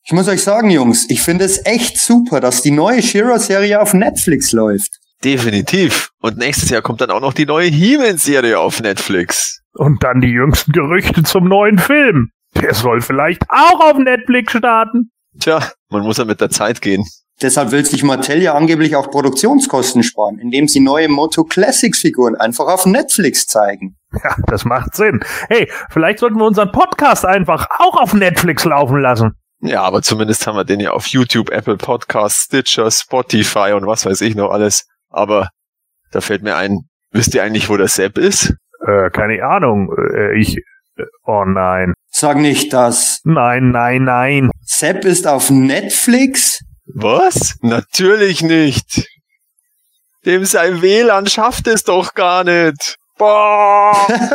Ich muss euch sagen, Jungs, ich finde es echt super, dass die neue She-Ra-Serie auf Netflix läuft. Definitiv. Und nächstes Jahr kommt dann auch noch die neue He-Man-Serie auf Netflix. Und dann die jüngsten Gerüchte zum neuen Film. Der soll vielleicht auch auf Netflix starten. Tja, man muss ja mit der Zeit gehen. Deshalb will sich Mattel ja angeblich auch Produktionskosten sparen, indem sie neue Moto Classics-Figuren einfach auf Netflix zeigen. Ja, das macht Sinn. Hey, vielleicht sollten wir unseren Podcast einfach auch auf Netflix laufen lassen. Ja, aber zumindest haben wir den ja auf YouTube, Apple Podcasts, Stitcher, Spotify und was weiß ich noch alles. Aber da fällt mir ein, wisst ihr eigentlich, wo der Sepp ist? Keine Ahnung. Oh nein. Sag nicht das. Nein. Sepp ist auf Netflix? Was? Natürlich nicht. Dem sein WLAN schafft es doch gar nicht. Boah.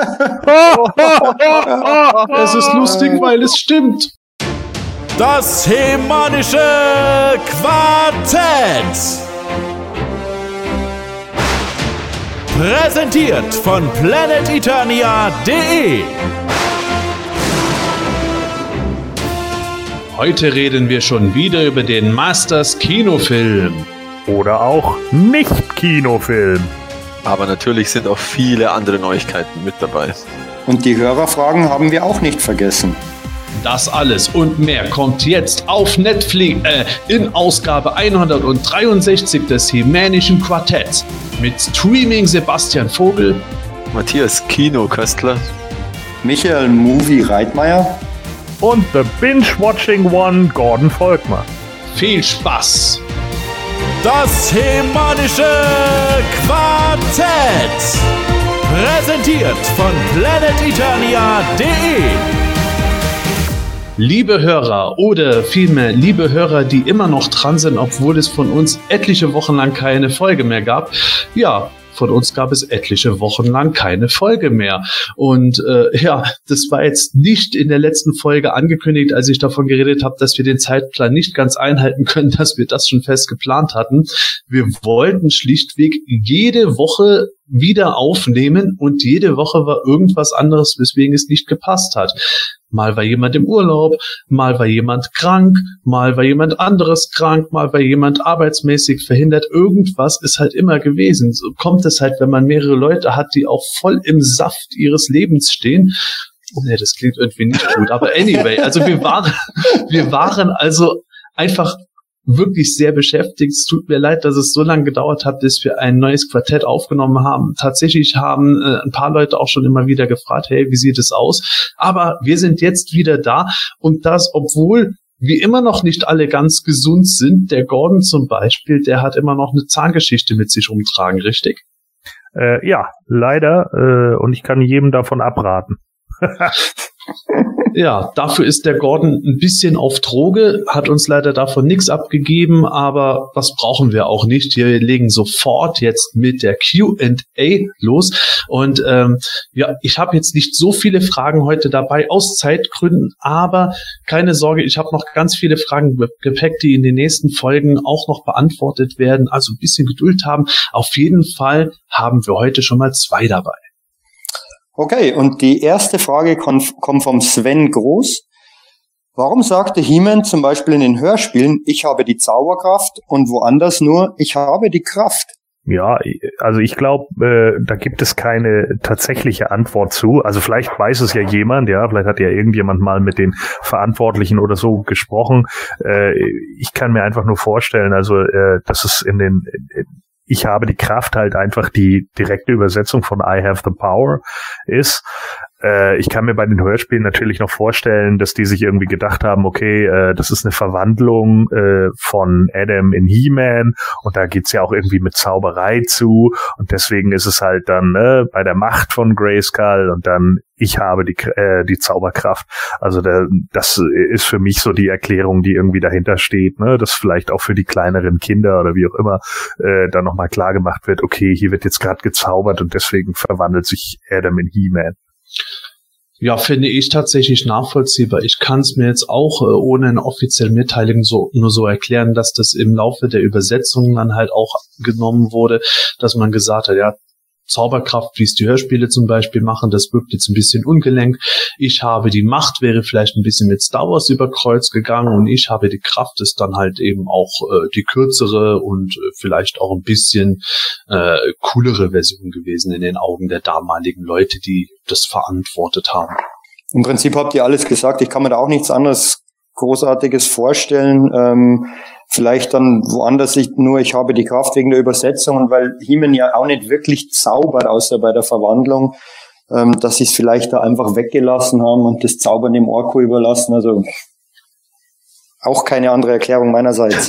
Es ist lustig, weil es stimmt. Das Hemanische Quartett. Präsentiert von planeteternia.de. Heute reden wir schon wieder über den Masters Kinofilm. Oder auch Nicht-Kinofilm. Aber natürlich sind auch viele andere Neuigkeiten mit dabei. Und die Hörerfragen haben wir auch nicht vergessen. Das alles und mehr kommt jetzt auf Netflix in Ausgabe 163 des Hemänischen Quartetts mit Streaming Sebastian Vogel, Matthias Kino-Köstler, Michael Movie Reitmeier und The Binge-Watching One Gordon Volkmar. Viel Spaß! Das Hemanische Quartett. Präsentiert von planeteternia.de. Liebe Hörer oder vielmehr liebe Hörer, die immer noch dran sind, obwohl es von uns etliche Wochen lang keine Folge mehr gab. Ja, von uns gab es etliche Wochen lang keine Folge mehr. Und das war jetzt nicht in der letzten Folge angekündigt, als ich davon geredet habe, dass wir den Zeitplan nicht ganz einhalten können, dass wir das schon fest geplant hatten. Wir wollten schlichtweg jede Woche wieder aufnehmen und jede Woche war irgendwas anderes, weswegen es nicht gepasst hat. Mal war jemand im Urlaub, mal war jemand krank, mal war jemand anderes krank, mal war jemand arbeitsmäßig verhindert. Irgendwas ist halt immer gewesen. So kommt es halt, wenn man mehrere Leute hat, die auch voll im Saft ihres Lebens stehen. Nee, das klingt irgendwie nicht gut. Aber anyway, also wir waren also einfach wirklich sehr beschäftigt. Es tut mir leid, dass es so lange gedauert hat, bis wir ein neues Quartett aufgenommen haben. Tatsächlich haben ein paar Leute auch schon immer wieder gefragt, hey, wie sieht es aus? Aber wir sind jetzt wieder da und das, obwohl wir immer noch nicht alle ganz gesund sind. Der Gordon zum Beispiel, der hat immer noch eine Zahngeschichte mit sich rumtragen, richtig? Ja, leider. Und ich kann jedem davon abraten. Ja, dafür ist der Gordon ein bisschen auf Droge, hat uns leider davon nichts abgegeben, aber das brauchen wir auch nicht. Wir legen sofort jetzt mit der Q&A los und ich habe jetzt nicht so viele Fragen heute dabei aus Zeitgründen, aber keine Sorge, ich habe noch ganz viele Fragen im Gepäck, die in den nächsten Folgen auch noch beantwortet werden, also ein bisschen Geduld haben. Auf jeden Fall haben wir heute schon mal 2 dabei. Okay, und die erste Frage kommt vom Sven Groß. Warum sagte He-Man zum Beispiel in den Hörspielen, ich habe die Zauberkraft und woanders nur, ich habe die Kraft? Ja, also ich glaube, da gibt es keine tatsächliche Antwort zu. Also vielleicht weiß es ja jemand, ja, vielleicht hat ja irgendjemand mal mit den Verantwortlichen oder so gesprochen. Ich kann mir einfach nur vorstellen, also dass es ich habe die Kraft halt einfach die direkte Übersetzung von I have the power ist. Ich kann mir bei den Hörspielen natürlich noch vorstellen, dass die sich irgendwie gedacht haben, okay, das ist eine Verwandlung von Adam in He-Man und da geht's ja auch irgendwie mit Zauberei zu und deswegen ist es halt dann bei der Macht von Grayskull und dann ich habe die Zauberkraft. Also das ist für mich so die Erklärung, die irgendwie dahinter steht, ne, dass vielleicht auch für die kleineren Kinder oder wie auch immer dann nochmal klar gemacht wird, okay, hier wird jetzt gerade gezaubert und deswegen verwandelt sich Adam in He-Man. Ja, finde ich tatsächlich nachvollziehbar. Ich kann es mir jetzt auch ohne eine offizielle Mitteilung nur so erklären, dass das im Laufe der Übersetzung dann halt auch genommen wurde, dass man gesagt hat, ja, Zauberkraft, wie es die Hörspiele zum Beispiel machen, das wirkt jetzt ein bisschen ungelenk. Ich habe die Macht, wäre vielleicht ein bisschen mit Star Wars über Kreuz gegangen, und ich habe die Kraft, ist dann halt eben auch die kürzere und vielleicht auch ein bisschen coolere Version gewesen in den Augen der damaligen Leute, die das verantwortet haben. Im Prinzip habt ihr alles gesagt. Ich kann mir da auch nichts anderes Großartiges vorstellen. Vielleicht dann woanders ich habe die Kraft wegen der Übersetzung, und weil He-Man ja auch nicht wirklich zaubert, außer bei der Verwandlung, dass sie es vielleicht da einfach weggelassen haben und das Zaubern dem Orko überlassen. Also auch keine andere Erklärung meinerseits.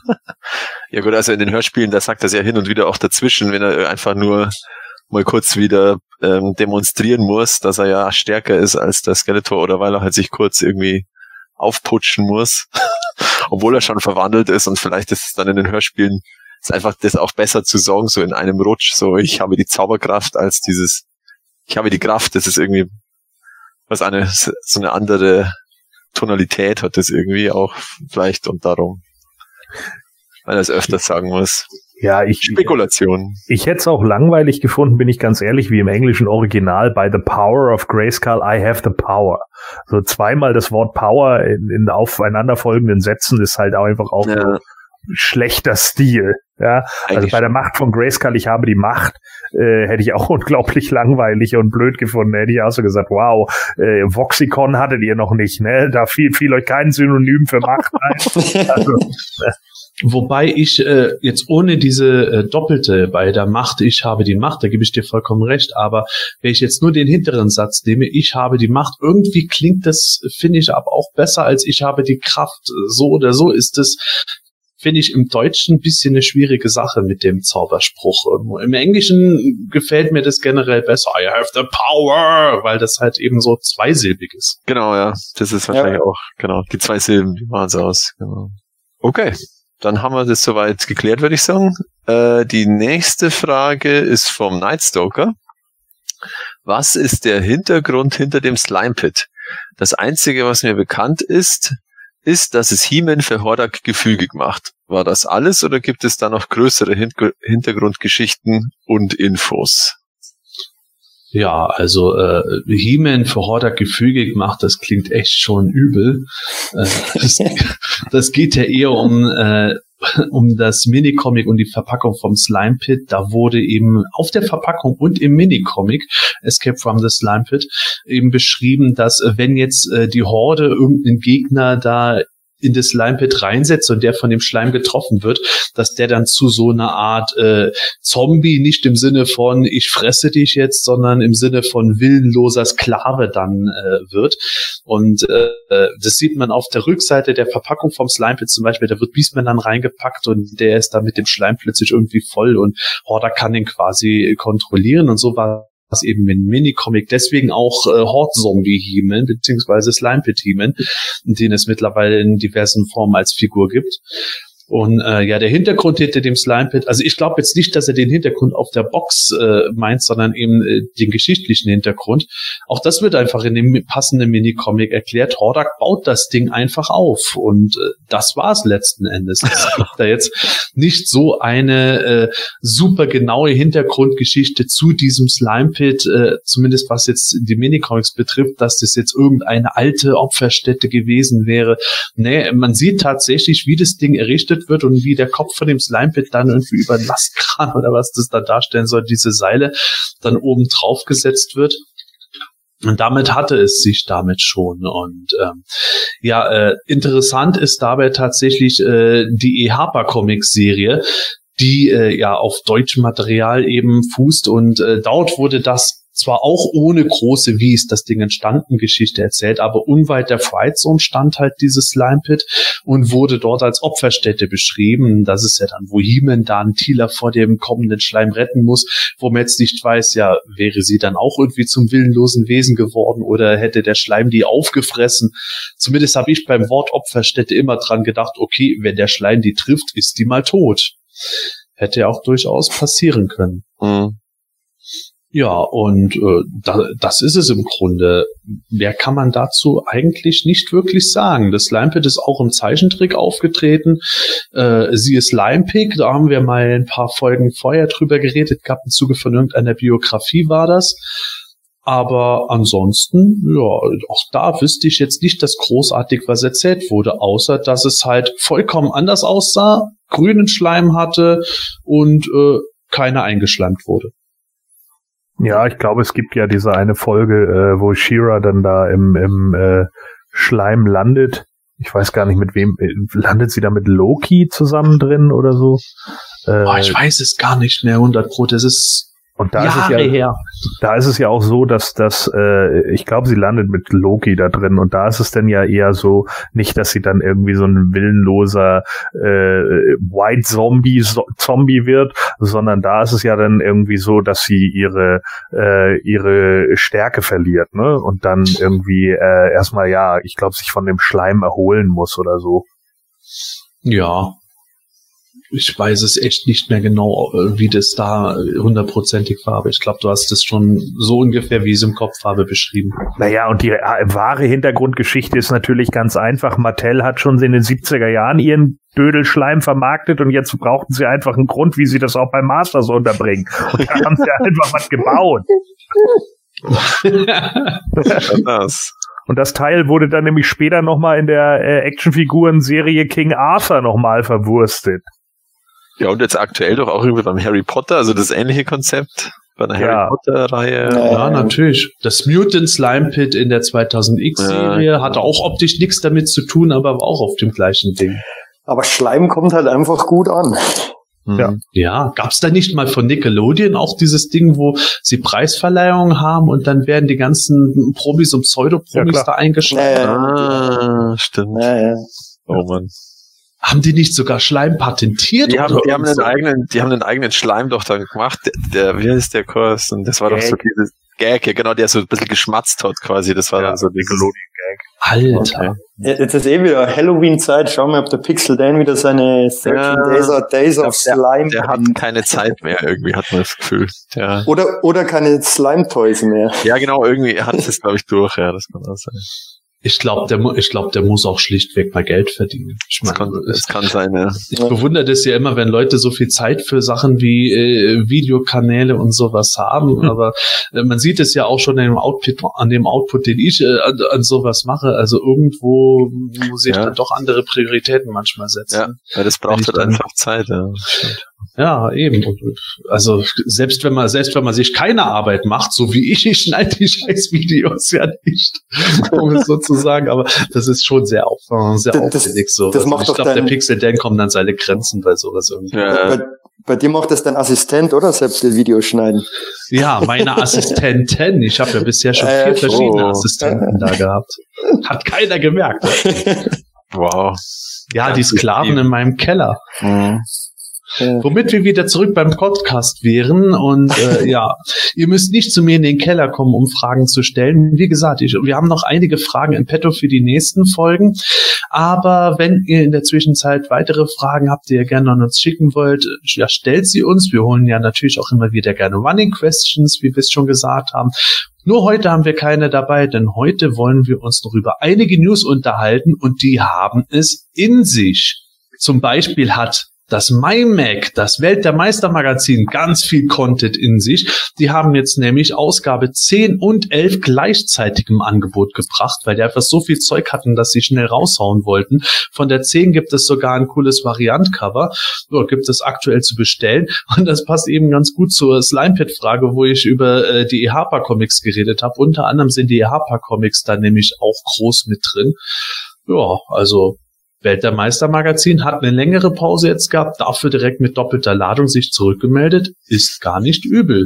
Ja gut, also in den Hörspielen, da sagt er ja hin und wieder auch dazwischen, wenn er einfach nur mal kurz wieder demonstrieren muss, dass er ja stärker ist als der Skeletor, oder weil er halt sich kurz irgendwie aufputschen muss, obwohl er schon verwandelt ist, und vielleicht ist es dann in den Hörspielen ist einfach das auch besser zu sagen, so in einem Rutsch, so ich habe die Zauberkraft als dieses, ich habe die Kraft, das ist irgendwie so eine andere Tonalität hat das irgendwie auch vielleicht, und darum, weil er es öfters sagen muss. Ja, Spekulation. Ich hätte es auch langweilig gefunden, bin ich ganz ehrlich, wie im englischen Original, by the power of Grayskull, I have the power. So zweimal das Wort Power in aufeinanderfolgenden Sätzen ist halt auch einfach auch so schlechter Stil. Ja, also bei der Macht von Grayskull, ich habe die Macht, hätte ich auch unglaublich langweilig und blöd gefunden. Hätte ich auch so gesagt, wow, Voxicon hattet ihr noch nicht, ne? Da fiel euch kein Synonym für Macht ein. Also, Wobei ich jetzt ohne diese Doppelte bei der Macht, ich habe die Macht, da gebe ich dir vollkommen recht, aber wenn ich jetzt nur den hinteren Satz nehme, ich habe die Macht, irgendwie klingt das, finde ich, aber auch besser als ich habe die Kraft. So oder so ist es, finde ich, im Deutschen ein bisschen eine schwierige Sache mit dem Zauberspruch. Im Englischen gefällt mir das generell besser, I have the power, weil das halt eben so zweisilbig ist. Genau, ja, das ist wahrscheinlich auch, genau, die zwei Silben, die machen es aus. Genau. Okay. Dann haben wir das soweit geklärt, würde ich sagen. Die nächste Frage ist vom Nightstalker. Was ist der Hintergrund hinter dem Slime Pit? Das Einzige, was mir bekannt ist, dass es He-Man für Hordak gefügig macht. War das alles, oder gibt es da noch größere Hintergrundgeschichten und Infos? Ja, also He-Man für Hordak gefügig macht, das klingt echt schon übel. Das geht ja eher um das Minicomic und die Verpackung vom Slime Pit. Da wurde eben auf der Verpackung und im Minicomic Escape from the Slime Pit eben beschrieben, dass wenn jetzt die Horde irgendeinen Gegner da in das Slime Pit reinsetzt und der von dem Schleim getroffen wird, dass der dann zu so einer Art Zombie, nicht im Sinne von ich fresse dich jetzt, sondern im Sinne von willenloser Sklave dann wird. Und das sieht man auf der Rückseite der Verpackung vom Slime Pit zum Beispiel, da wird Beastman dann reingepackt und der ist dann mit dem Schleim plötzlich irgendwie voll und Hordak kann den quasi kontrollieren, und so war was eben mit Minicomic, deswegen auch Horde-Zombie-He-Man, beziehungsweise Slime Pit He-Man, den es mittlerweile in diversen Formen als Figur gibt. Und ja, der Hintergrund hinter dem Slime Pit, also ich glaube jetzt nicht, dass er den Hintergrund auf der Box meint, sondern eben den geschichtlichen Hintergrund. Auch das wird einfach in dem passenden Minicomic erklärt. Hordak baut das Ding einfach auf, und das war's letzten Endes. Es gibt da jetzt nicht so eine super genaue Hintergrundgeschichte zu diesem Slime Pit, zumindest was jetzt die Minicomics betrifft, dass das jetzt irgendeine alte Opferstätte gewesen wäre. Nee, man sieht tatsächlich, wie das Ding errichtet wird und wie der Kopf von dem Slime Pit dann irgendwie über einen Lastkran oder was das da darstellen soll, diese Seile dann oben drauf gesetzt wird. Und damit hatte es sich damit schon. Und interessant ist dabei tatsächlich die E. Harper Comics Serie, die ja auf deutschem Material eben fußt, und dort wurde das zwar auch ohne große, wie ist das Ding entstanden, Geschichte erzählt, aber unweit der Fright Zone stand halt dieses Slime Pit und wurde dort als Opferstätte beschrieben. Das ist ja dann, wo He-Man dann Teela vor dem kommenden Schleim retten muss, wo man jetzt nicht weiß, ja, wäre sie dann auch irgendwie zum willenlosen Wesen geworden oder hätte der Schleim die aufgefressen? Zumindest habe ich beim Wort Opferstätte immer dran gedacht, okay, wenn der Schleim die trifft, ist die mal tot. Hätte ja auch durchaus passieren können. Mhm. Ja, und das ist es im Grunde. Mehr kann man dazu eigentlich nicht wirklich sagen. Das Slimepit ist auch im Zeichentrick aufgetreten. Sie ist Slimepick, da haben wir mal ein paar Folgen vorher drüber geredet gehabt, im Zuge von irgendeiner Biografie war das. Aber ansonsten, ja, auch da wüsste ich jetzt nicht, dass großartig was erzählt wurde, außer dass es halt vollkommen anders aussah, grünen Schleim hatte und keiner eingeschleimt wurde. Ja, ich glaube, es gibt ja diese eine Folge, wo She-Ra dann da im Schleim landet. Ich weiß gar nicht, mit wem. Landet sie da mit Loki zusammen drin oder so? Ich weiß es gar nicht mehr, 100%. Das ist und da Jahre ist es ja, her. Da ist es ja auch so, dass ich glaube, sie landet mit Loki da drin und da ist es dann ja eher so, nicht, dass sie dann irgendwie so ein willenloser White Zombie wird, sondern da ist es ja dann irgendwie so, dass sie ihre Stärke verliert, ne? Und dann irgendwie erstmal, ja, ich glaube, sich von dem Schleim erholen muss oder so. Ja. Ich weiß es echt nicht mehr genau, wie das da 100%ig war, aber ich glaube, du hast es schon so ungefähr, wie es im Kopf habe, beschrieben. Naja, und die wahre Hintergrundgeschichte ist natürlich ganz einfach. Mattel hat schon in den 70er Jahren ihren Dödelschleim vermarktet und jetzt brauchten sie einfach einen Grund, wie sie das auch bei Masters unterbringen. Und da haben sie einfach was gebaut. Und das Teil wurde dann nämlich später nochmal in der Actionfiguren-Serie King Arthur nochmal verwurstet. Ja, und jetzt aktuell doch auch irgendwie beim Harry Potter, also das ähnliche Konzept bei einer Harry Potter-Reihe. Ja, natürlich. Das Mutant Slime Pit in der 2000X-Serie hatte auch optisch nichts damit zu tun, aber war auch auf dem gleichen Ding. Aber Schleim kommt halt einfach gut an. Ja, gab's da nicht mal von Nickelodeon auch dieses Ding, wo sie Preisverleihungen haben und dann werden die ganzen Promis und Pseudopromis da eingeschlagen? Stimmt. Ja. Oh Mann. Haben die nicht sogar Schleim patentiert? Die haben einen eigenen Schleim doch dann gemacht. Wie heißt der Kurs? Und das war doch so dieses Gag, ja genau, der so ein bisschen geschmatzt hat quasi. Das war dann so Nickelodeon-Gag. Alter. Okay. Jetzt ist wieder Halloween-Zeit. Schauen wir, ob der Pixel Dan wieder seine 13 Days of Slime... Der hat keine Zeit mehr irgendwie, hat man das Gefühl. Ja. Oder keine Slime-Toys mehr. Ja, genau, irgendwie hat es, glaube ich, durch. Ja, das kann auch sein. Ich glaube, der muss auch schlichtweg mal Geld verdienen. Ich meine, das kann sein, ja. Ich bewundere das ja immer, wenn Leute so viel Zeit für Sachen wie Videokanäle und sowas haben, aber man sieht es ja auch schon an dem Output, den ich an sowas mache. Also irgendwo muss ich dann doch andere Prioritäten manchmal setzen. Ja, das braucht halt einfach Zeit, ja. Ja, eben. Also selbst wenn man sich keine Arbeit macht, so wie ich schneide die scheiß Videos ja nicht, um es so zu sagen, aber das ist schon sehr aufwendig so. Das also ich glaube, der Pixel Dan kommt an seine Grenzen bei sowas irgendwie. Ja. Bei dir macht das dein Assistent, oder? Selbst die Videos schneiden. Ja, meine Assistentin. Ich habe ja bisher schon 4 verschiedene Assistenten da gehabt. Hat keiner gemerkt. Wow. Ja, die Sklaven in meinem Keller. Womit wir wieder zurück beim Podcast wären und ihr müsst nicht zu mir in den Keller kommen, um Fragen zu stellen. Wie gesagt, wir haben noch einige Fragen in petto für die nächsten Folgen, aber wenn ihr in der Zwischenzeit weitere Fragen habt, die ihr gerne an uns schicken wollt, ja, stellt sie uns. Wir holen ja natürlich auch immer wieder gerne Running Questions, wie wir es schon gesagt haben. Nur heute haben wir keine dabei, denn heute wollen wir uns noch über einige News unterhalten und die haben es in sich. Zum Beispiel hat das MyMac, das Welt der Meister Magazin, ganz viel Content in sich. Die haben jetzt nämlich Ausgabe 10 und 11 gleichzeitig im Angebot gebracht, weil die einfach so viel Zeug hatten, dass sie schnell raushauen wollten. Von der 10 gibt es sogar ein cooles Variantcover. So, gibt es aktuell zu bestellen. Und das passt eben ganz gut zur Slimepit-Frage, wo ich über die EHPA-Comics geredet habe. Unter anderem sind die EHPA-Comics da nämlich auch groß mit drin. Ja, also Welt der Meister Magazin hat eine längere Pause jetzt gehabt, dafür direkt mit doppelter Ladung sich zurückgemeldet, ist gar nicht übel.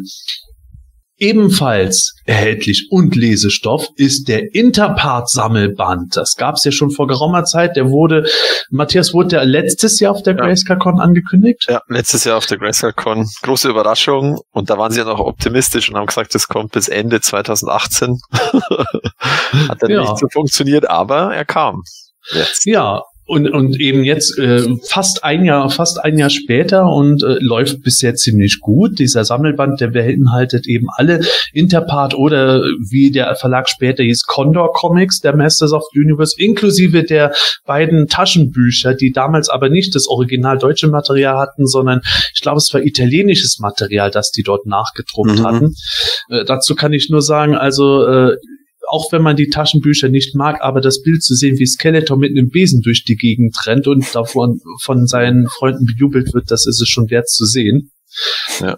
Ebenfalls erhältlich und Lesestoff ist der Interpart-Sammelband. Das gab es ja schon vor geraumer Zeit. Matthias, wurde der letztes Jahr auf der Grayscale-Con angekündigt? Ja, letztes Jahr auf der Grayscale-Con. Große Überraschung. Und da waren sie ja noch optimistisch und haben gesagt, das kommt bis Ende 2018. Hat dann nicht so funktioniert, aber er kam. Jetzt. Ja, Und eben jetzt fast ein Jahr später und läuft bisher ziemlich gut. Dieser Sammelband, der beinhaltet eben alle Interpart oder wie der Verlag später hieß, Condor Comics, der Masters of the Universe, inklusive der beiden Taschenbücher, die damals aber nicht das original deutsche Material hatten, sondern ich glaube, es war italienisches Material, das die dort nachgedruckt hatten. Dazu kann ich nur sagen, also auch wenn man die Taschenbücher nicht mag, aber das Bild zu sehen, wie Skeletor mit einem Besen durch die Gegend rennt und davon von seinen Freunden bejubelt wird, das ist es schon wert zu sehen. Ja.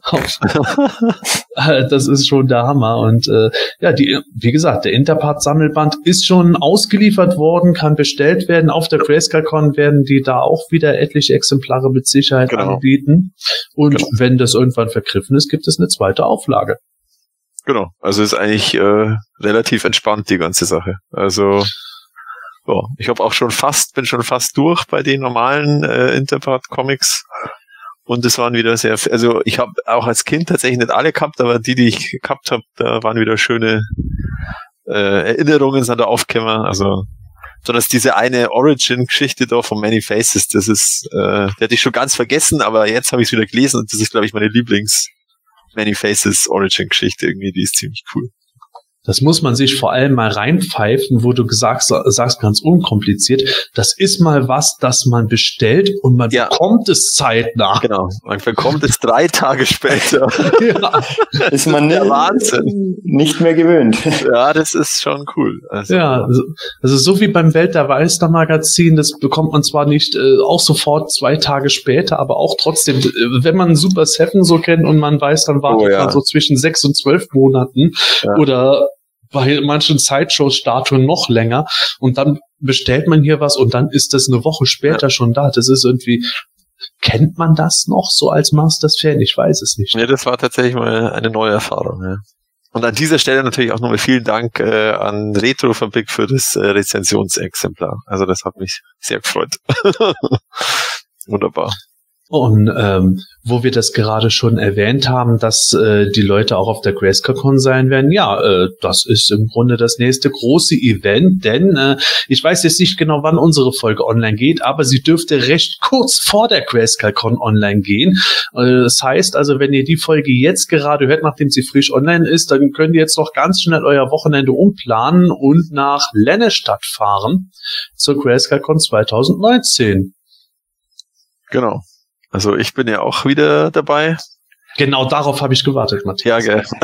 Das ist schon der Hammer. Und wie gesagt, der Interpart-Sammelband ist schon ausgeliefert worden, kann bestellt werden. Auf der Grayscale-Con werden die da auch wieder etliche Exemplare mit Sicherheit anbieten. Und wenn das irgendwann vergriffen ist, gibt es eine zweite Auflage. Genau, also ist eigentlich relativ entspannt, die ganze Sache. Also ja, ich habe auch bin schon fast durch bei den normalen Interpart-Comics und es waren wieder also ich habe auch als Kind tatsächlich nicht alle gehabt, aber die ich gehabt habe, da waren wieder schöne Erinnerungen sind da aufgekommen. Also besonders diese eine Origin-Geschichte da von Many Faces, das ist, die hatte ich schon ganz vergessen, aber jetzt habe ich es wieder gelesen und das ist, glaube ich, meine Many Faces Origin-Geschichte irgendwie, die ist ziemlich cool. Das muss man sich vor allem mal reinpfeifen, wo du sagst ganz unkompliziert, das ist mal was, das man bestellt und man bekommt es zeitnah. Genau, man bekommt es 3 Tage später. Ja. Ist man Wahnsinn. Nicht mehr gewöhnt. Ja, das ist schon cool. Also so wie beim Welt der Weister Magazin, das bekommt man zwar nicht auch sofort 2 Tage später, aber auch trotzdem, wenn man Super Seven so kennt und man weiß, dann wartet man so zwischen 6 und 12 Monaten oder bei manchen Sideshow-Statuen noch länger und dann bestellt man hier was und dann ist das eine Woche später schon da. Das ist irgendwie, kennt man das noch so als Masters-Fan? Ich weiß es nicht. Ja, das war tatsächlich mal eine neue Erfahrung. Ja. Und an dieser Stelle natürlich auch nochmal vielen Dank an Retrofabrik für das Rezensionsexemplar. Also das hat mich sehr gefreut. Wunderbar. Und wo wir das gerade schon erwähnt haben, dass die Leute auch auf der Grayscale-Con sein werden, das ist im Grunde das nächste große Event, denn ich weiß jetzt nicht genau, wann unsere Folge online geht, aber sie dürfte recht kurz vor der Grayscale-Con online gehen. Das heißt also, wenn ihr die Folge jetzt gerade hört, nachdem sie frisch online ist, dann könnt ihr jetzt noch ganz schnell euer Wochenende umplanen und nach Lennestadt fahren zur Grayscale-Con 2019. Genau. Also ich bin ja auch wieder dabei. Genau darauf habe ich gewartet, Matthias. Ja, gell.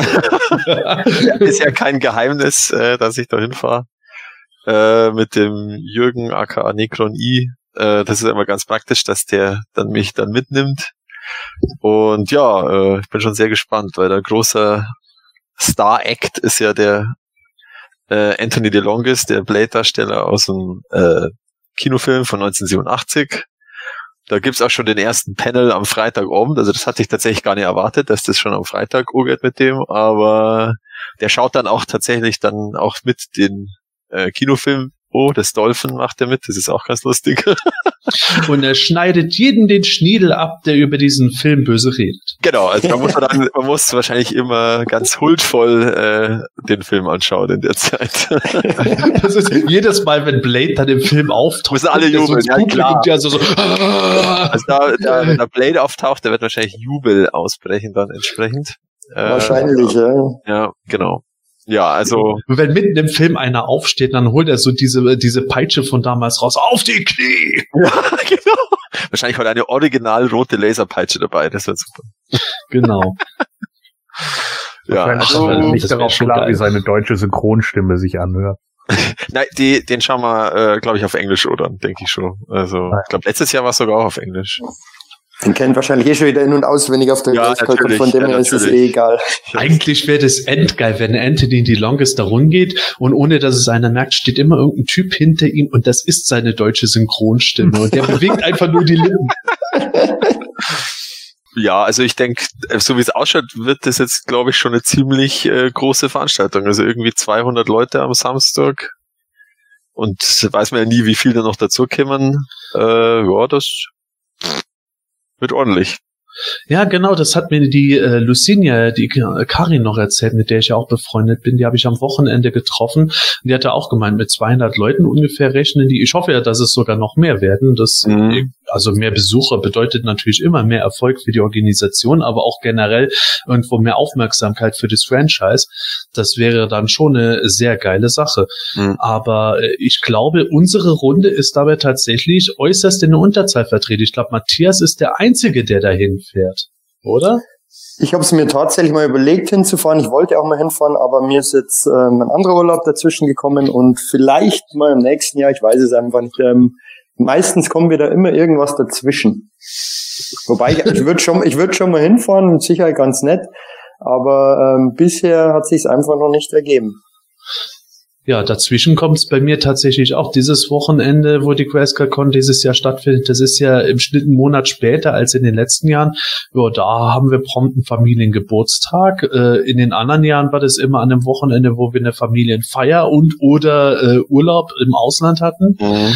Ist ja kein Geheimnis, dass ich da hinfahre. Mit dem Jürgen aka Necron I. Das ist immer ganz praktisch, dass der mich dann mitnimmt. Und ich bin schon sehr gespannt, weil der große Star-Act ist ja der Anthony DeLongis, der Blade-Darsteller aus dem Kinofilm von 1987. Da gibt's auch schon den ersten Panel am Freitagabend, also das hatte ich tatsächlich gar nicht erwartet, dass das schon am Freitag geht mit dem, aber der schaut dann auch tatsächlich dann auch mit den Kinofilm. Oh, das Dolphin macht er mit, das ist auch ganz lustig. Und er schneidet jeden den Schniedel ab, der über diesen Film böse redet. Genau, also man muss wahrscheinlich immer ganz huldvoll den Film anschauen in der Zeit. Das ist jedes Mal, wenn Blade dann im Film auftaucht, müssen alle jubeln, ja klar. Also wenn der Blade auftaucht, der wird wahrscheinlich Jubel ausbrechen dann entsprechend. Wahrscheinlich, ja. Ja, genau. Ja, also. Wenn mitten im Film einer aufsteht, dann holt er so diese Peitsche von damals raus. Auf die Knie! Ja, genau. Wahrscheinlich hat er eine original rote Laserpeitsche dabei. Das wird super. Genau. Ja, also nicht darauf klar, wie seine deutsche Synchronstimme sich anhört. Nein, den schauen wir, glaube ich, auf Englisch, oder? Denke ich schon. Also, ich glaube, letztes Jahr war es sogar auch auf Englisch. Den kennt wahrscheinlich schon wieder in- und auswendig auf der Grayscale, von dem her ist es egal. Eigentlich wäre das endgeil, wenn Anthony DeLongis da rumgeht und ohne dass es einer merkt, steht immer irgendein Typ hinter ihm und das ist seine deutsche Synchronstimme und der bewegt einfach nur die Lippen. Ja, also ich denke, so wie es ausschaut, wird das jetzt, glaube ich, schon eine ziemlich große Veranstaltung. Also irgendwie 200 Leute am Samstag und weiß man ja nie, wie viel da noch dazu kommen. Das wird ordentlich. Ja, genau, das hat mir die Lucinia, die Karin noch erzählt, mit der ich ja auch befreundet bin. Die habe ich am Wochenende getroffen. Und die hatte auch gemeint, mit 200 Leuten ungefähr rechnen die. Ich hoffe ja, dass es sogar noch mehr werden. Also mehr Besucher bedeutet natürlich immer mehr Erfolg für die Organisation, aber auch generell irgendwo mehr Aufmerksamkeit für das Franchise. Das wäre dann schon eine sehr geile Sache. Aber ich glaube, unsere Runde ist dabei tatsächlich äußerst in der Unterzahl vertreten. Ich glaube, Matthias ist der Einzige, der dahin fährt, oder? Ich habe es mir tatsächlich mal überlegt hinzufahren. Ich wollte auch mal hinfahren, aber mir ist jetzt ein anderer Urlaub dazwischen gekommen und vielleicht mal im nächsten Jahr, ich weiß es einfach nicht. Meistens kommen wir da immer irgendwas dazwischen. Wobei ich würde schon mal hinfahren, mit Sicherheit ganz nett, aber bisher hat sich's einfach noch nicht ergeben. Ja, dazwischen kommt es bei mir tatsächlich auch dieses Wochenende, wo die Grayscale-Con dieses Jahr stattfindet. Das ist ja im Schnitt einen Monat später als in den letzten Jahren. Ja, da haben wir prompt einen Familiengeburtstag. In den anderen Jahren war das immer an einem Wochenende, wo wir eine Familienfeier oder Urlaub im Ausland hatten.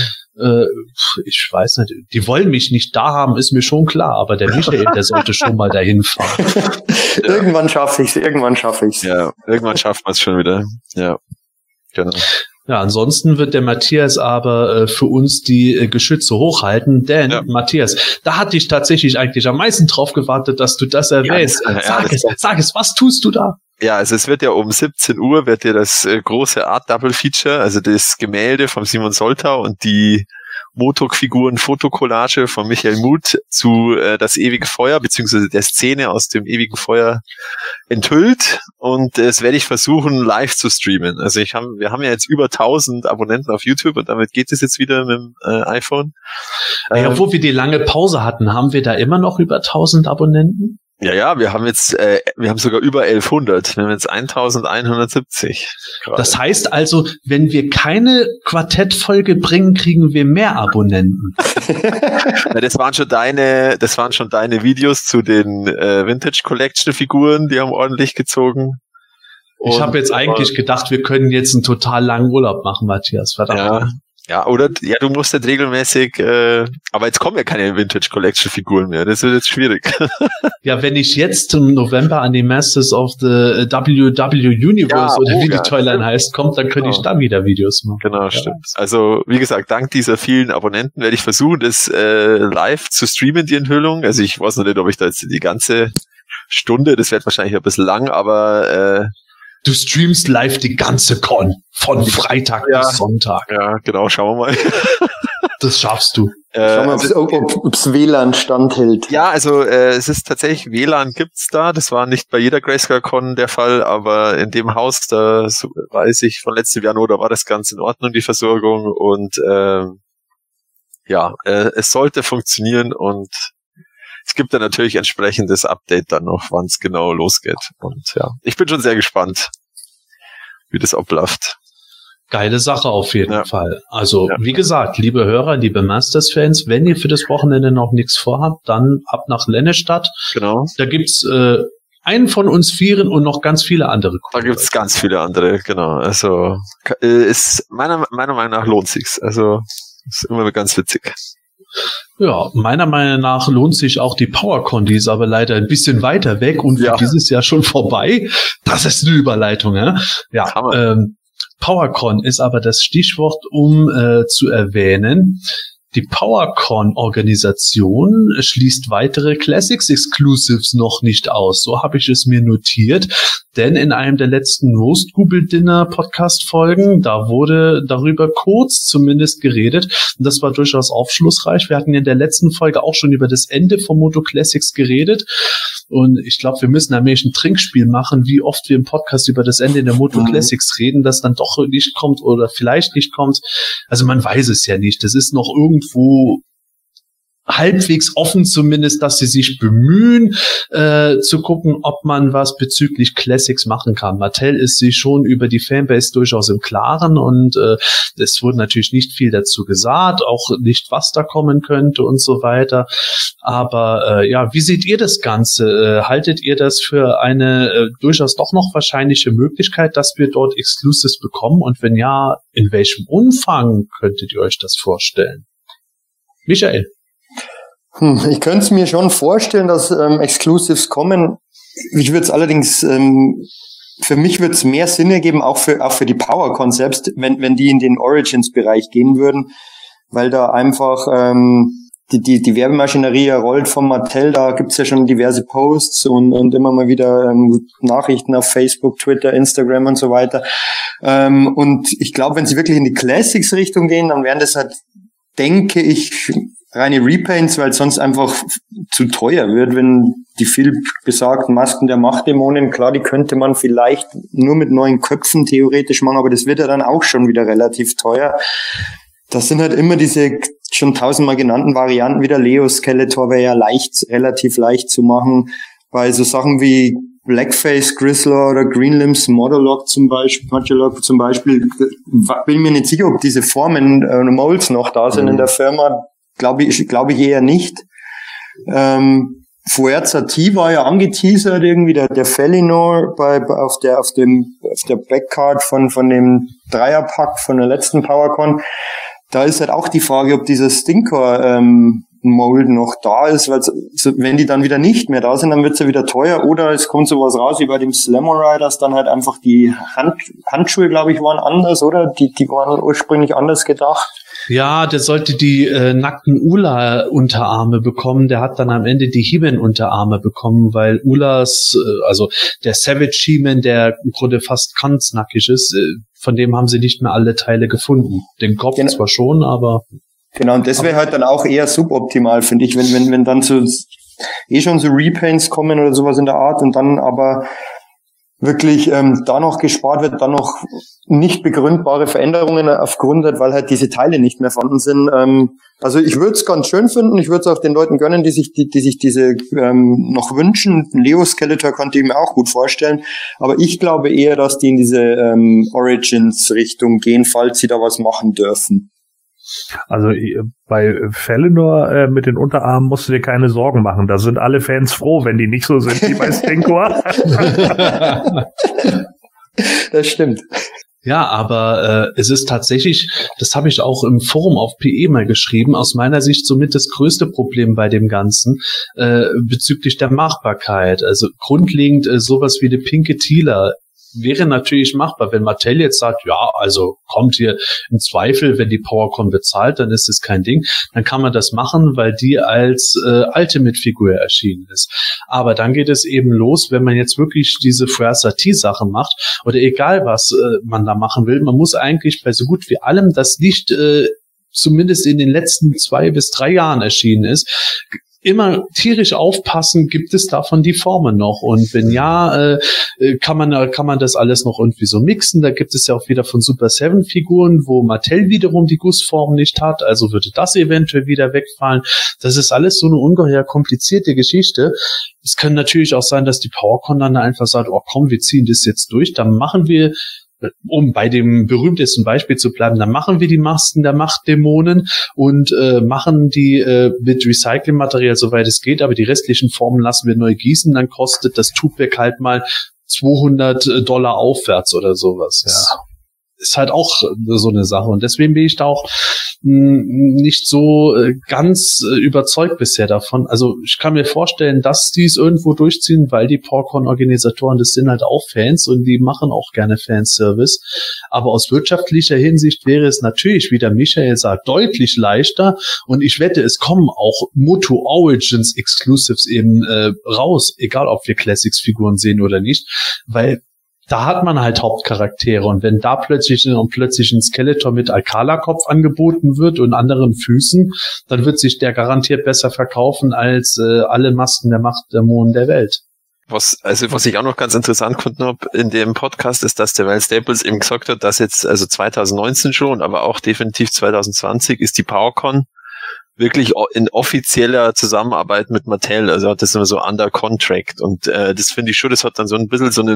Ich weiß nicht, die wollen mich nicht da haben, ist mir schon klar, aber der Michael, der sollte schon mal dahin fahren. Irgendwann schaffe ich's. Ja, irgendwann schafft man es schon wieder. Ja. Genau. Ja, ansonsten wird der Matthias aber für uns die Geschütze hochhalten, denn Matthias, da hatte ich tatsächlich eigentlich am meisten drauf gewartet, dass du das erwähnst. Sag es, was tust du da? Ja, also es wird ja um 17 Uhr wird ja das große Art Double Feature, also das Gemälde von Simon Soltau und die Motok-Figuren-Fotokollage von Michael Muth zu Das ewige Feuer, beziehungsweise der Szene aus dem ewigen Feuer enthüllt. Und das werde ich versuchen, live zu streamen. Also wir haben ja jetzt über 1000 Abonnenten auf YouTube und damit geht es jetzt wieder mit dem iPhone. Ja, wo wir die lange Pause hatten, haben wir da immer noch über 1000 Abonnenten? Ja, wir haben jetzt, wir haben sogar über 1100. Wir haben jetzt 1170. Gerade. Das heißt also, wenn wir keine Quartettfolge bringen, kriegen wir mehr Abonnenten. Ja, das waren schon deine Videos zu den Vintage Collection Figuren, die haben ordentlich gezogen. Ich habe jetzt eigentlich gedacht, wir können jetzt einen total langen Urlaub machen, Matthias. Verdammt. Ja, du musst jetzt regelmäßig, aber jetzt kommen ja keine Vintage Collection Figuren mehr, das wird jetzt schwierig. Ja, wenn ich jetzt im November an die Masters of the WW Universe oder wie die Toyline heißt, kommt, dann könnte ich da wieder Videos machen. Genau, stimmt. Also, wie gesagt, dank dieser vielen Abonnenten werde ich versuchen, das live zu streamen, die Enthüllung. Also ich weiß noch nicht, ob ich da jetzt die ganze Stunde, das wird wahrscheinlich ein bisschen lang, aber du streamst live die ganze Con von Freitag bis Sonntag. Ja, genau, schauen wir mal. Das schaffst du. Schauen wir mal, ob's WLAN standhält. Ja, also es ist tatsächlich, WLAN gibt's da. Das war nicht bei jeder Grayscale-Con der Fall, aber in dem Haus, da weiß ich von letztem Jahr nur, da war das ganz in Ordnung, die Versorgung. Und es sollte funktionieren und es gibt dann natürlich entsprechendes Update dann noch, wann es genau losgeht. Und ja, ich bin schon sehr gespannt, wie das abläuft. Geile Sache auf jeden Fall. Also, wie gesagt, liebe Hörer, liebe Masters-Fans, wenn ihr für das Wochenende noch nichts vorhabt, dann ab nach Lennestadt. Genau. Da gibt's einen von uns Vieren und noch ganz viele andere. Da gibt's ganz viele andere, genau. Also, ist meiner Meinung nach lohnt sich's. Also, ist immer ganz witzig. Ja, meiner Meinung nach lohnt sich auch die PowerCon, die ist aber leider ein bisschen weiter weg und für dieses Jahr schon vorbei. Das ist eine Überleitung, ja. Ja, PowerCon ist aber das Stichwort, um zu erwähnen. Die PowerCon-Organisation schließt weitere Classics-Exclusives noch nicht aus. So habe ich es mir notiert. Denn in einem der letzten Roast-Google-Dinner-Podcast-Folgen, da wurde darüber kurz zumindest geredet. Und das war durchaus aufschlussreich. Wir hatten in der letzten Folge auch schon über das Ende von Moto Classics geredet. Und ich glaube, wir müssen nämlich ein Trinkspiel machen, wie oft wir im Podcast über das Ende der Moto Classics reden, das dann doch nicht kommt oder vielleicht nicht kommt. Also man weiß es ja nicht. Das ist noch irgendwo halbwegs offen zumindest, dass sie sich bemühen, zu gucken, ob man was bezüglich Classics machen kann. Mattel ist sich schon über die Fanbase durchaus im Klaren und es wurde natürlich nicht viel dazu gesagt, auch nicht, was da kommen könnte und so weiter. Aber wie seht ihr das Ganze? Haltet ihr das für eine durchaus doch noch wahrscheinliche Möglichkeit, dass wir dort Exclusives bekommen? Und wenn ja, in welchem Umfang könntet ihr euch das vorstellen? Michael? Ich könnte es mir schon vorstellen, dass Exclusives kommen. Ich würde es allerdings, für mich würde es mehr Sinn ergeben, auch für die PowerCon selbst, wenn die in den Origins-Bereich gehen würden, weil da einfach die Werbemaschinerie rollt von Mattel, da gibt's ja schon diverse Posts und immer mal wieder Nachrichten auf Facebook, Twitter, Instagram und so weiter. Und ich glaube, wenn sie wirklich in die Classics-Richtung gehen, dann wären das halt, denke ich, reine Repaints, weil es sonst einfach zu teuer wird, wenn die viel besagten Masken der Machtdämonen, klar, die könnte man vielleicht nur mit neuen Köpfen theoretisch machen, aber das wird ja dann auch schon wieder relativ teuer. Das sind halt immer diese schon tausendmal genannten Varianten, wie der Leo Skeletor wäre ja relativ leicht zu machen, weil so Sachen wie Blackface Grizzler oder Green Limbs Modulok zum Beispiel, bin mir nicht sicher, ob diese Formen Molds noch da sind in der Firma. Glaube ich eher nicht. Fuerza T war ja angeteasert irgendwie, der Felinor auf der Backcard von dem Dreierpack von der letzten PowerCon. Da ist halt auch die Frage, ob dieser Stinkor Mold noch da ist, weil wenn die dann wieder nicht mehr da sind, dann wird's ja wieder teuer, oder es kommt sowas raus wie bei dem Slamorai, dass dann halt einfach die Handschuhe, glaube ich, waren anders, oder? Die waren ursprünglich anders gedacht. Ja, der sollte die nackten Ula-Unterarme bekommen. Der hat dann am Ende die He-Man-Unterarme bekommen, weil Ulas, also der Savage He-Man, der im Grunde fast ganz nackig ist, von dem haben sie nicht mehr alle Teile gefunden. Den Kopf zwar schon, aber... Genau, und das wäre halt dann auch eher suboptimal, finde ich, wenn dann so schon so Repaints kommen oder sowas in der Art und dann aber wirklich da noch gespart wird, dann noch nicht begründbare Veränderungen aufgrund, weil halt diese Teile nicht mehr vorhanden sind. Also ich würde es ganz schön finden, ich würde es auch den Leuten gönnen, die sich diese noch wünschen. Leo Skeletor konnte ich mir auch gut vorstellen, aber ich glaube eher, dass die in diese Origins-Richtung gehen, falls sie da was machen dürfen. Also bei Felinor mit den Unterarmen musst du dir keine Sorgen machen. Da sind alle Fans froh, wenn die nicht so sind wie bei Stinkor. Das stimmt. Ja, aber es ist tatsächlich, das habe ich auch im Forum auf PE mal geschrieben, aus meiner Sicht somit das größte Problem bei dem Ganzen bezüglich der Machbarkeit. Also grundlegend sowas wie eine pinke Tila wäre natürlich machbar, wenn Mattel jetzt sagt, ja, also kommt hier im Zweifel, wenn die PowerCon bezahlt, dann ist es kein Ding, dann kann man das machen, weil die als Ultimate-Figur erschienen ist. Aber dann geht es eben los, wenn man jetzt wirklich diese Fuerza T-Sachen macht oder egal was man da machen will, man muss eigentlich bei so gut wie allem, das nicht zumindest in den letzten 2 bis 3 Jahren erschienen ist, immer tierisch aufpassen, gibt es davon die Formen noch? Und wenn ja, kann man das alles noch irgendwie so mixen? Da gibt es ja auch wieder von Super 7 Figuren, wo Mattel wiederum die Gussform nicht hat, also würde das eventuell wieder wegfallen. Das ist alles so eine ungeheuer komplizierte Geschichte. Es kann natürlich auch sein, dass die PowerCon dann einfach sagt, oh komm, wir ziehen das jetzt durch, dann machen wir, um bei dem berühmtesten Beispiel zu bleiben, dann machen wir die Masken der Machtdämonen und machen die mit Recyclingmaterial, soweit es geht, aber die restlichen Formen lassen wir neu gießen, dann kostet das Tubwerk halt mal $200 aufwärts oder sowas. Ja. Ist halt auch so eine Sache und deswegen bin ich da auch nicht so ganz überzeugt bisher davon. Also ich kann mir vorstellen, dass die es irgendwo durchziehen, weil die PowerCon-Organisatoren, das sind halt auch Fans und die machen auch gerne Fanservice. Aber aus wirtschaftlicher Hinsicht wäre es natürlich, wie der Michael sagt, deutlich leichter und ich wette, es kommen auch Moto Origins Exclusives eben raus, egal ob wir Classics-Figuren sehen oder nicht, weil da hat man halt Hauptcharaktere und wenn da plötzlich ein Skeletor mit Alcala-Kopf angeboten wird und anderen Füßen, dann wird sich der garantiert besser verkaufen als alle Masken der Machtdämonen der Welt. Was ich auch noch ganz interessant gefunden habe in dem Podcast, ist, dass der Val Staples eben gesagt hat, dass jetzt, also 2019 schon, aber auch definitiv 2020 ist die PowerCon wirklich in offizieller Zusammenarbeit mit Mattel, also hat das immer so under contract und das finde ich schon, das hat dann so ein bisschen so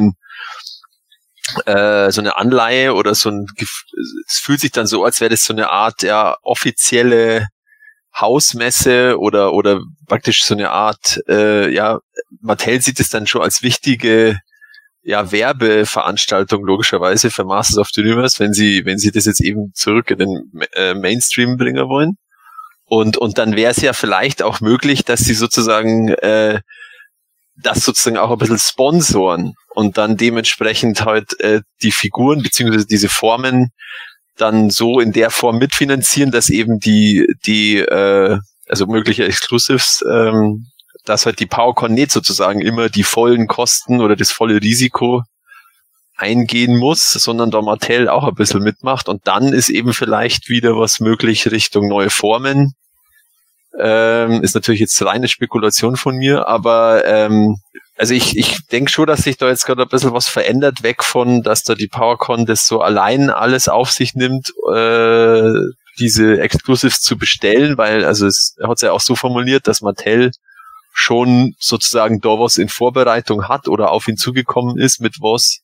eine Anleihe oder es fühlt sich dann so, als wäre das so eine Art offizielle Hausmesse oder praktisch so eine Art Mattel sieht es dann schon als wichtige Werbeveranstaltung logischerweise für Masters of the Universe, wenn sie das jetzt eben zurück in den Mainstream bringen wollen. Und dann wäre es ja vielleicht auch möglich, dass sie sozusagen das sozusagen auch ein bisschen sponsoren und dann dementsprechend halt die Figuren beziehungsweise diese Formen dann so in der Form mitfinanzieren, dass eben die also mögliche Exclusives, dass halt die PowerCon nicht sozusagen immer die vollen Kosten oder das volle Risiko eingehen muss, sondern da Mattel auch ein bisschen mitmacht und dann ist eben vielleicht wieder was möglich Richtung neue Formen. Ist natürlich jetzt reine Spekulation von mir, aber also ich denke schon, dass sich da jetzt gerade ein bisschen was verändert, weg von, dass da die PowerCon das so allein alles auf sich nimmt, diese Exclusives zu bestellen, weil also es hat es ja auch so formuliert, dass Mattel schon sozusagen da was in Vorbereitung hat oder auf ihn zugekommen ist mit was.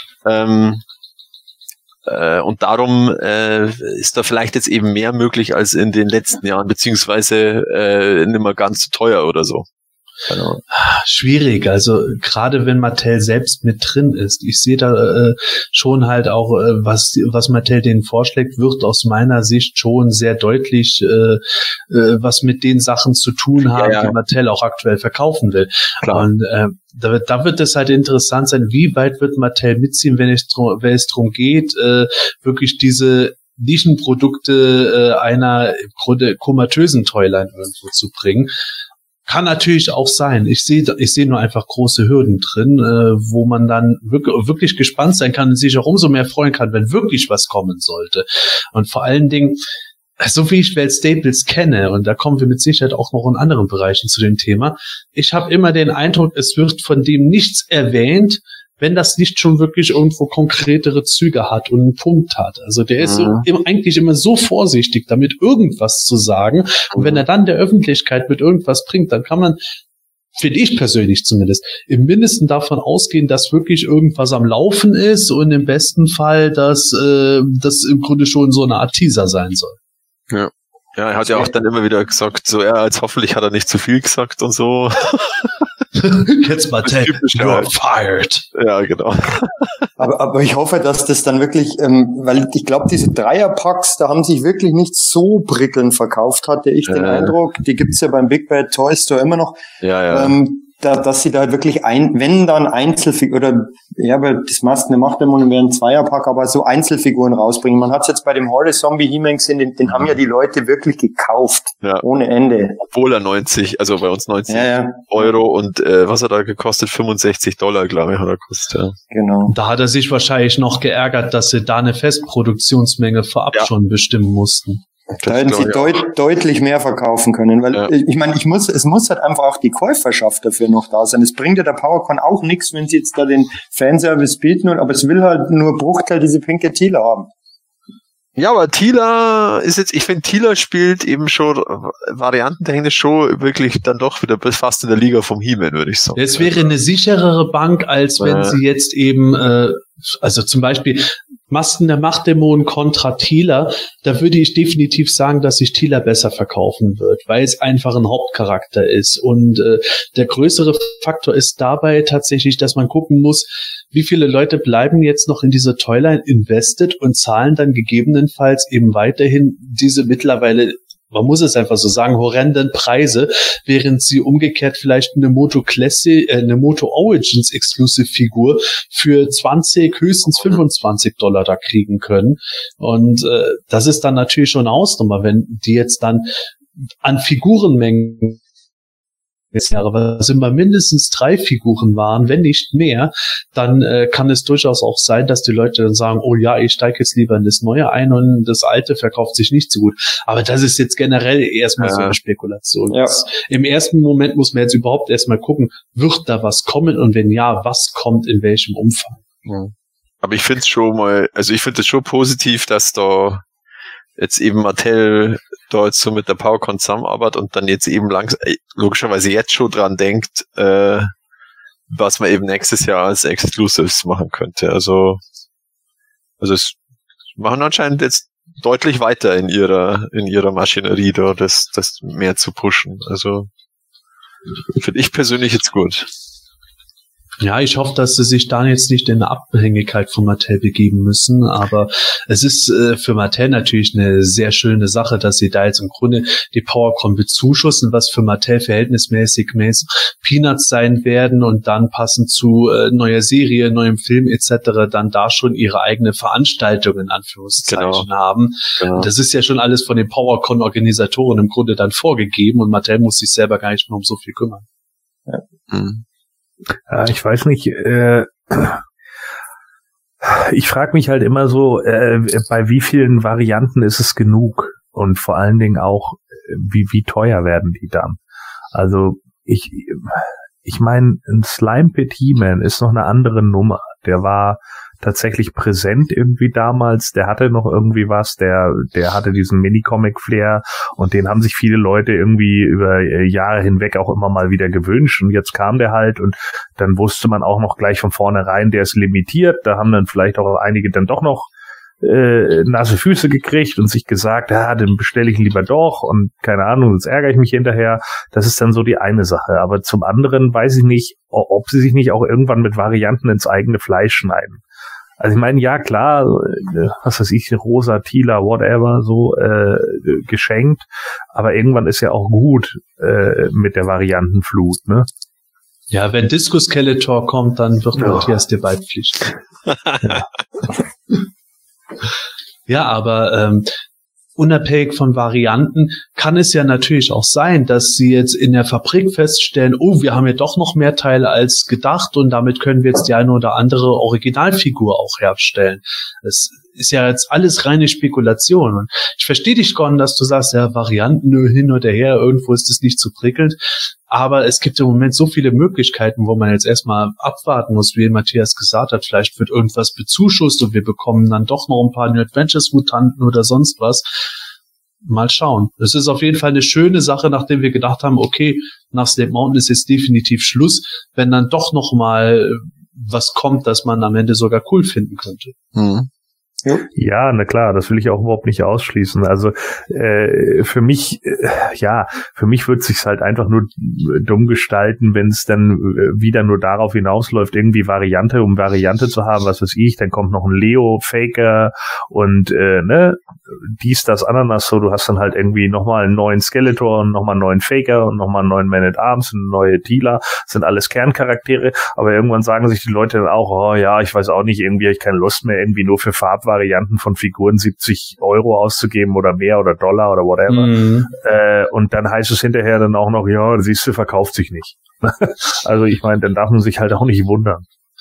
Und darum ist da vielleicht jetzt eben mehr möglich als in den letzten Jahren, beziehungsweise nicht mehr ganz so teuer oder so. Genau. Schwierig, also gerade wenn Mattel selbst mit drin ist. Ich sehe da schon halt auch, was Mattel denen vorschlägt, wird aus meiner Sicht schon sehr deutlich was mit den Sachen zu tun haben, die Mattel auch aktuell verkaufen will. Klar. Und da wird es halt interessant sein, wie weit wird Mattel mitziehen, wenn es darum geht, wirklich diese Nischenprodukte einer komatösen Toyline irgendwo zu bringen. Kann natürlich auch sein. Ich sehe nur einfach große Hürden drin, wo man dann wirklich gespannt sein kann und sich auch umso mehr freuen kann, wenn wirklich was kommen sollte. Und vor allen Dingen, so wie ich Welt Staples kenne, und da kommen wir mit Sicherheit auch noch in anderen Bereichen zu dem Thema, ich habe immer den Eindruck, es wird von dem nichts erwähnt, wenn das nicht schon wirklich irgendwo konkretere Züge hat und einen Punkt hat. Also der ist eigentlich immer so vorsichtig, damit irgendwas zu sagen. Und wenn er dann der Öffentlichkeit mit irgendwas bringt, dann kann man, finde ich persönlich zumindest, im Mindesten davon ausgehen, dass wirklich irgendwas am Laufen ist und im besten Fall, dass das im Grunde schon so eine Art Teaser sein soll. Ja. Ja, er hat ja auch dann immer wieder gesagt, so, jetzt hoffentlich hat er nicht zu viel gesagt und so. Jetzt mal you're fired. Ja, genau. Aber ich hoffe, dass das dann wirklich, weil ich glaube, diese Dreierpacks, da haben sich wirklich nicht so prickelnd verkauft, hatte ich den Eindruck. Die gibt's ja beim Big Bad Toy Store immer noch. Ja. Dass sie da halt wirklich wenn dann Einzelfiguren, oder ja, weil das meiste macht immer mehr ein Zweierpack, aber so Einzelfiguren rausbringen. Man hat es jetzt bei dem Horror Zombie He-Man gesehen, den haben ja die Leute wirklich gekauft. Ja. Ohne Ende. Obwohl er 90, also bei uns 90 Euro und was hat er gekostet? $65, glaube ich, hat er gekostet. Ja. Genau. Da hat er sich wahrscheinlich noch geärgert, dass sie da eine Festproduktionsmenge vorab schon bestimmen mussten. Da hätten sie deutlich mehr verkaufen können, weil ich meine, es muss halt einfach auch die Käuferschaft dafür noch da sein. Es bringt ja der PowerCon auch nichts, wenn sie jetzt da den Fanservice bieten, aber es will halt nur Bruchteil diese pinke Teela haben. Ja, aber Teela ist jetzt, ich finde, Teela spielt eben schon variantentechnisch schon wirklich dann doch wieder fast in der Liga vom He-Man, würde ich sagen. Es wäre eine sicherere Bank, als wenn sie jetzt eben, also zum Beispiel Masken der Machtdämonen kontra Teela, da würde ich definitiv sagen, dass sich Teela besser verkaufen wird, weil es einfach ein Hauptcharakter ist. Und der größere Faktor ist dabei tatsächlich, dass man gucken muss, wie viele Leute bleiben jetzt noch in diese Toyline invested und zahlen dann gegebenenfalls eben weiterhin diese mittlerweile, man muss es einfach so sagen, horrenden Preise, während sie umgekehrt vielleicht eine Moto Classic, eine Moto Origins Exclusive Figur für 20, höchstens $25 da kriegen können. Und das ist dann natürlich schon eine Ausnummer, wenn die jetzt dann an Figurenmengen Jahre, was immer mindestens 3 Figuren waren, wenn nicht mehr, dann kann es durchaus auch sein, dass die Leute dann sagen, oh ja, ich steige jetzt lieber in das Neue ein und das Alte verkauft sich nicht so gut. Aber das ist jetzt generell erstmal so eine Spekulation. Ja. Im ersten Moment muss man jetzt überhaupt erstmal gucken, wird da was kommen und wenn ja, was kommt in welchem Umfang? Ja. Aber ich finde es schon mal, also ich finde es schon positiv, dass da jetzt eben Mattel da jetzt so mit der PowerCon zusammenarbeitet und dann jetzt eben logischerweise jetzt schon dran denkt, was man eben nächstes Jahr als Exclusives machen könnte. Also es machen anscheinend jetzt deutlich weiter in ihrer Maschinerie da, das mehr zu pushen. Also finde ich persönlich jetzt gut. Ja, ich hoffe, dass sie sich da jetzt nicht in eine Abhängigkeit von Mattel begeben müssen, aber es ist für Mattel natürlich eine sehr schöne Sache, dass sie da jetzt im Grunde die PowerCon bezuschussen, was für Mattel verhältnismäßig Peanuts sein werden und dann passend zu neuer Serie, neuem Film etc. dann da schon ihre eigene Veranstaltung in Anführungszeichen haben. Genau. Das ist ja schon alles von den PowerCon-Organisatoren im Grunde dann vorgegeben und Mattel muss sich selber gar nicht mehr um so viel kümmern. Ja. Ich weiß nicht, ich frage mich halt immer so, bei wie vielen Varianten ist es genug? Und vor allen Dingen auch, wie teuer werden die dann? Also ich meine, ein Slime Pit He-Man ist noch eine andere Nummer. Der war tatsächlich präsent irgendwie damals, der hatte noch irgendwie was, der hatte diesen Mini-Comic-Flair und den haben sich viele Leute irgendwie über Jahre hinweg auch immer mal wieder gewünscht und jetzt kam der halt und dann wusste man auch noch gleich von vornherein, der ist limitiert, da haben dann vielleicht auch einige dann doch noch nasse Füße gekriegt und sich gesagt, ja, dann bestelle ich ihn lieber doch und keine Ahnung, sonst ärgere ich mich hinterher. Das ist dann so die eine Sache. Aber zum anderen weiß ich nicht, ob sie sich nicht auch irgendwann mit Varianten ins eigene Fleisch schneiden. Also ich meine, ja klar, was weiß ich, rosa, Tila, whatever, so geschenkt, aber irgendwann ist ja auch gut mit der Variantenflut, ne? Ja, wenn Disco Skeletor kommt, dann wird Matthias dir beipflichten. Ja, aber unabhängig von Varianten kann es ja natürlich auch sein, dass sie jetzt in der Fabrik feststellen, oh, wir haben ja doch noch mehr Teile als gedacht und damit können wir jetzt die eine oder andere Originalfigur auch herstellen. Es ist ja jetzt alles reine Spekulation. Und ich verstehe dich, Gordon, dass du sagst, ja, Varianten hin oder her, irgendwo ist es nicht so prickelnd. Aber es gibt im Moment so viele Möglichkeiten, wo man jetzt erstmal abwarten muss, wie Matthias gesagt hat. Vielleicht wird irgendwas bezuschusst und wir bekommen dann doch noch ein paar New Adventures Mutanten oder sonst was. Mal schauen. Es ist auf jeden Fall eine schöne Sache, nachdem wir gedacht haben, okay, nach Snake Mountain ist jetzt definitiv Schluss, wenn dann doch noch mal was kommt, das man am Ende sogar cool finden könnte. Mhm. Ja, na klar, das will ich auch überhaupt nicht ausschließen. Also für mich wird es sich halt einfach nur dumm gestalten, wenn es dann wieder nur darauf hinausläuft, irgendwie Variante zu haben, was weiß ich, dann kommt noch ein Leo-Faker und dies, das, Ananas, so, du hast dann halt irgendwie nochmal einen neuen Skeletor und nochmal einen neuen Faker und nochmal einen neuen Man-at-Arms und eine neue Tila, sind alles Kerncharaktere, aber irgendwann sagen sich die Leute dann auch, oh ja, ich weiß auch nicht, irgendwie habe ich keine Lust mehr, irgendwie nur für Farbvarianten von Figuren 70 € auszugeben oder mehr oder Dollar oder whatever. Mhm. Und dann heißt es hinterher dann auch noch, ja, siehst du, verkauft sich nicht. Also ich meine, dann darf man sich halt auch nicht wundern.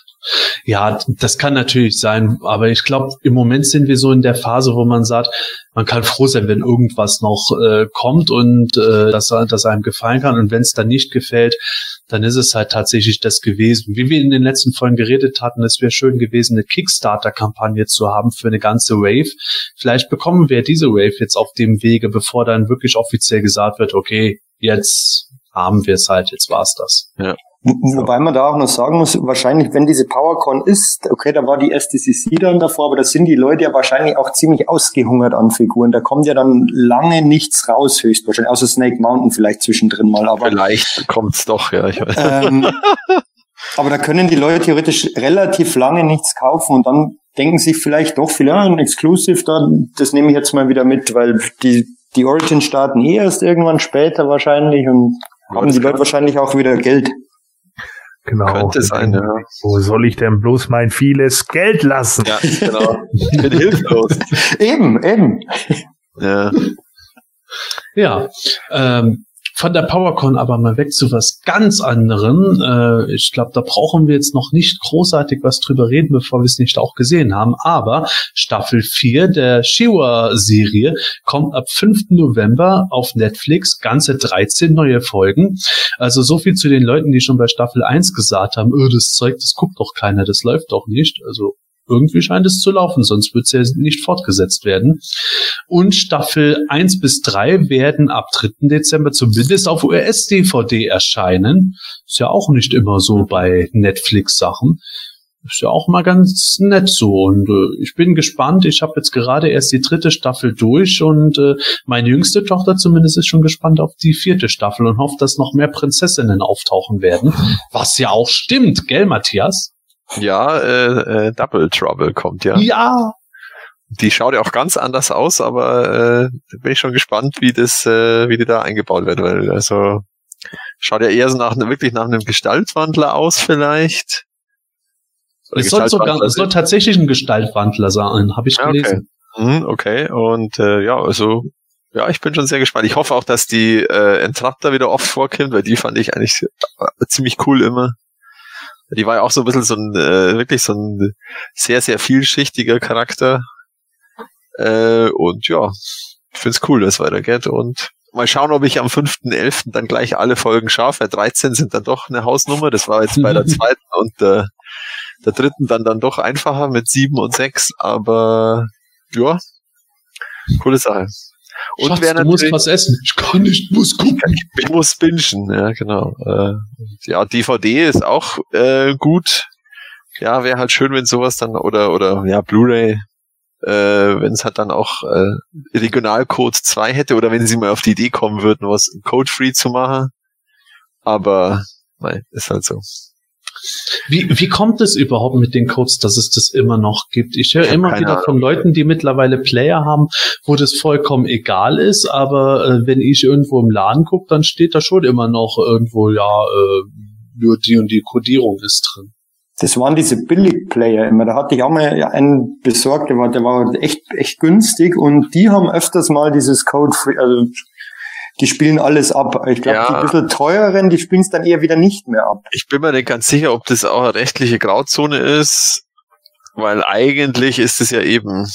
Ja, das kann natürlich sein, aber ich glaube, im Moment sind wir so in der Phase, wo man sagt, man kann froh sein, wenn irgendwas noch kommt und dass einem gefallen kann und wenn es dann nicht gefällt, dann ist es halt tatsächlich das gewesen. Wie wir in den letzten Folgen geredet hatten, es wäre schön gewesen, eine Kickstarter-Kampagne zu haben für eine ganze Wave. Vielleicht bekommen wir diese Wave jetzt auf dem Wege, bevor dann wirklich offiziell gesagt wird, okay, jetzt haben wir es halt, jetzt war's das. Ja. Wobei man da auch noch sagen muss, wahrscheinlich, wenn diese PowerCon ist, okay, da war die SDCC dann davor, aber da sind die Leute ja wahrscheinlich auch ziemlich ausgehungert an Figuren. Da kommt ja dann lange nichts raus, höchstwahrscheinlich, außer Snake Mountain vielleicht zwischendrin mal. Aber vielleicht kommt's doch, ja, ich weiß. Aber da können die Leute theoretisch relativ lange nichts kaufen und dann denken sich vielleicht doch viel, ein Exclusive, das nehme ich jetzt mal wieder mit, weil die Origin starten erst irgendwann später wahrscheinlich und haben die Leute wahrscheinlich auch wieder Geld. Genau. Könnte sein, ja. Wo soll ich denn bloß mein vieles Geld lassen? Ja, genau. Ich bin hilflos. Eben. Ja. Ja, von der PowerCon aber mal weg zu was ganz anderem. Ich glaube, da brauchen wir jetzt noch nicht großartig was drüber reden, bevor wir es nicht auch gesehen haben. Aber Staffel 4 der She-Ra-Serie kommt ab 5. November auf Netflix. Ganze 13 neue Folgen. Also so viel zu den Leuten, die schon bei Staffel 1 gesagt haben, das Zeug, das guckt doch keiner, das läuft doch nicht. Also irgendwie scheint es zu laufen, sonst wird es ja nicht fortgesetzt werden. Und Staffel 1 bis 3 werden ab 3. Dezember zumindest auf US-DVD erscheinen. Ist ja auch nicht immer so bei Netflix-Sachen. Ist ja auch mal ganz nett so. Und ich bin gespannt. Ich habe jetzt gerade erst die 3. Staffel durch und meine jüngste Tochter zumindest ist schon gespannt auf die 4. Staffel und hofft, dass noch mehr Prinzessinnen auftauchen werden. Was ja auch stimmt, gell, Matthias? Ja, Double Trouble kommt, ja. Ja. Die schaut ja auch ganz anders aus, aber bin ich schon gespannt, wie die da eingebaut wird, weil also schaut ja eher so wirklich nach einem Gestaltwandler aus vielleicht. Es soll tatsächlich ein Gestaltwandler sein, habe ich gelesen. Okay, und ich bin schon sehr gespannt. Ich hoffe auch, dass die Entrapta wieder oft vorkommt, weil die fand ich eigentlich ziemlich cool immer. Die war ja auch so ein bisschen wirklich so ein sehr, sehr vielschichtiger Charakter. Und ja, ich find's cool, dass es weitergeht. Und mal schauen, ob ich am 5.11. dann gleich alle Folgen schaffe. Weil 13 sind dann doch eine Hausnummer. Das war jetzt bei der 2. und der 3. dann doch einfacher mit 7 und 6. Aber ja, coole Sache. Und Schatz, du musst was essen. Ich kann nicht, muss gucken. Ich muss bingen, ja, genau. DVD ist auch gut. Ja, wäre halt schön, wenn sowas dann, oder Blu-ray, wenn es halt dann auch Regionalcode 2 hätte, oder wenn sie mal auf die Idee kommen würden, was code-free zu machen. Aber, nein, ist halt so. Wie kommt es überhaupt mit den Codes, dass es das immer noch gibt? Ich höre immer wieder von Leuten, die mittlerweile Player haben, wo das vollkommen egal ist, aber wenn ich irgendwo im Laden gucke, dann steht da schon immer noch irgendwo, nur die und die Codierung ist drin. Das waren diese Billig-Player immer. Da hatte ich auch mal einen besorgt, der war echt günstig und die haben öfters mal dieses Code-Free, also die spielen alles ab. Ich glaube, die ein bisschen teureren, die spielen es dann eher wieder nicht mehr ab. Ich bin mir nicht ganz sicher, ob das auch eine rechtliche Grauzone ist, weil eigentlich ist es ja eben,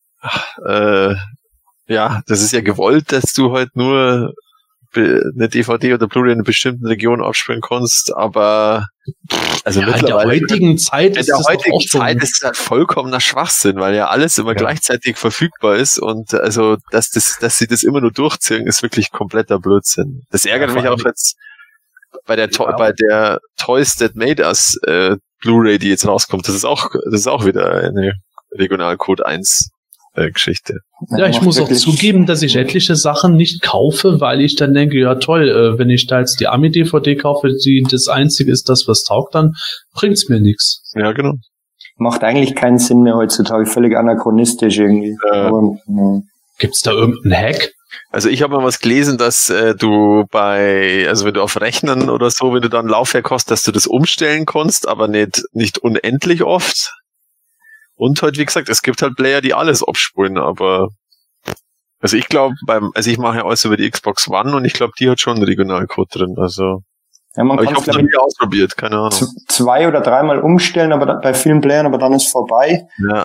das ist ja gewollt, dass du halt nur eine DVD oder Blu-ray in einer bestimmten Region abspielen kannst, aber mittlerweile in der heutigen Zeit ist es halt vollkommener Schwachsinn, weil ja alles immer gleichzeitig verfügbar ist und also dass sie das immer nur durchziehen, ist wirklich kompletter Blödsinn. Das ärgert mich auch jetzt bei der Toys That Made Us Blu-ray, die jetzt rauskommt. Das ist auch wieder eine Regionalcode 1 Geschichte. Ja, ich muss auch zugeben, dass ich etliche Sachen nicht kaufe, weil ich dann denke, ja toll, wenn ich da jetzt die Ami-DVD kaufe, die das einzige ist, das was taugt, dann bringt's mir nichts. Ja, genau. Macht eigentlich keinen Sinn mehr heutzutage, völlig anachronistisch irgendwie. Aber, gibt's da irgendeinen Hack? Also ich habe mal was gelesen, dass wenn du auf Rechnern oder so, wenn du dann Laufwerk hast, dass du das umstellen kannst, aber nicht unendlich oft. Und halt, wie gesagt, es gibt halt Player, die alles abspulen, aber also ich glaube, ich mache ja alles über die Xbox One und ich glaube, die hat schon einen Regionalcode drin, also man kann es nie ausprobiert, keine Ahnung. 2 oder 3 Mal umstellen, aber bei vielen Playern, aber dann ist vorbei. Ja.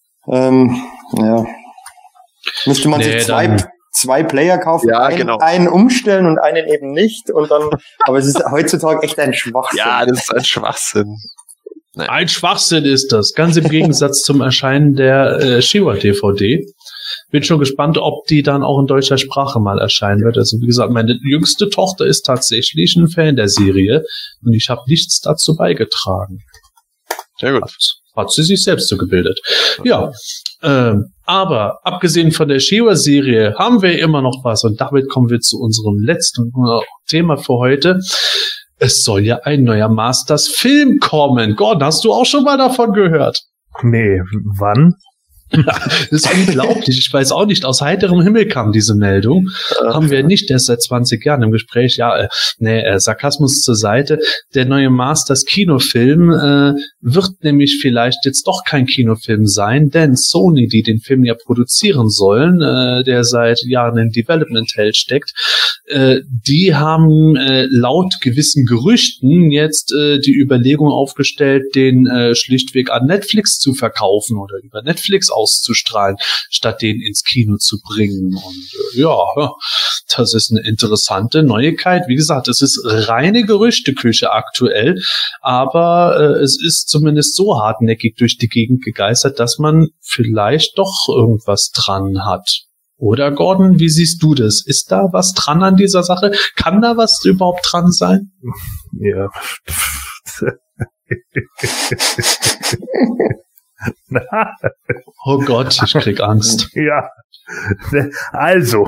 Müsste man sich zwei Player kaufen, einen umstellen und einen eben nicht und dann, aber es ist heutzutage echt ein Schwachsinn. Ja, das ist ein Schwachsinn. Nein. Ein Schwachsinn ist das. Ganz im Gegensatz zum Erscheinen der She-Ra-DVD. Bin schon gespannt, ob die dann auch in deutscher Sprache mal erscheinen wird. Also wie gesagt, meine jüngste Tochter ist tatsächlich ein Fan der Serie und ich habe nichts dazu beigetragen. Sehr gut. Hat sie sich selbst so gebildet. Ja, aber abgesehen von der She-Ra-Serie haben wir immer noch was und damit kommen wir zu unserem letzten Thema für heute. Es soll ja ein neuer Masters-Film kommen. Gordon, hast du auch schon mal davon gehört? Nee, wann? Das ist unglaublich. Ich weiß auch nicht, aus heiterem Himmel kam diese Meldung. Haben wir nicht erst seit 20 Jahren im Gespräch. Sarkasmus zur Seite. Der neue Masters Kinofilm wird nämlich vielleicht jetzt doch kein Kinofilm sein, denn Sony, die den Film ja produzieren sollen, der seit Jahren in Development Hell steckt, die haben laut gewissen Gerüchten jetzt die Überlegung aufgestellt, den schlichtweg an Netflix zu verkaufen oder über Netflix auszustrahlen, statt den ins Kino zu bringen. Und das ist eine interessante Neuigkeit. Wie gesagt, es ist reine Gerüchteküche aktuell, aber es ist zumindest so hartnäckig durch die Gegend gegeistert, dass man vielleicht doch irgendwas dran hat. Oder Gordon, wie siehst du das? Ist da was dran an dieser Sache? Kann da was überhaupt dran sein? Ja. Oh Gott, ich krieg Angst. Ja, also,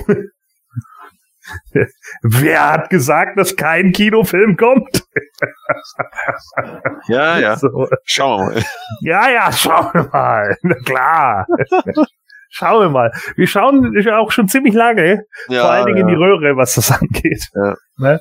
wer hat gesagt, dass kein Kinofilm kommt? Ja. So. Schauen wir mal. Ja, schauen wir mal. Na klar. Schauen wir mal. Wir schauen auch schon ziemlich lange, vor allen Dingen in die Röhre, was das angeht. Ja. Ne?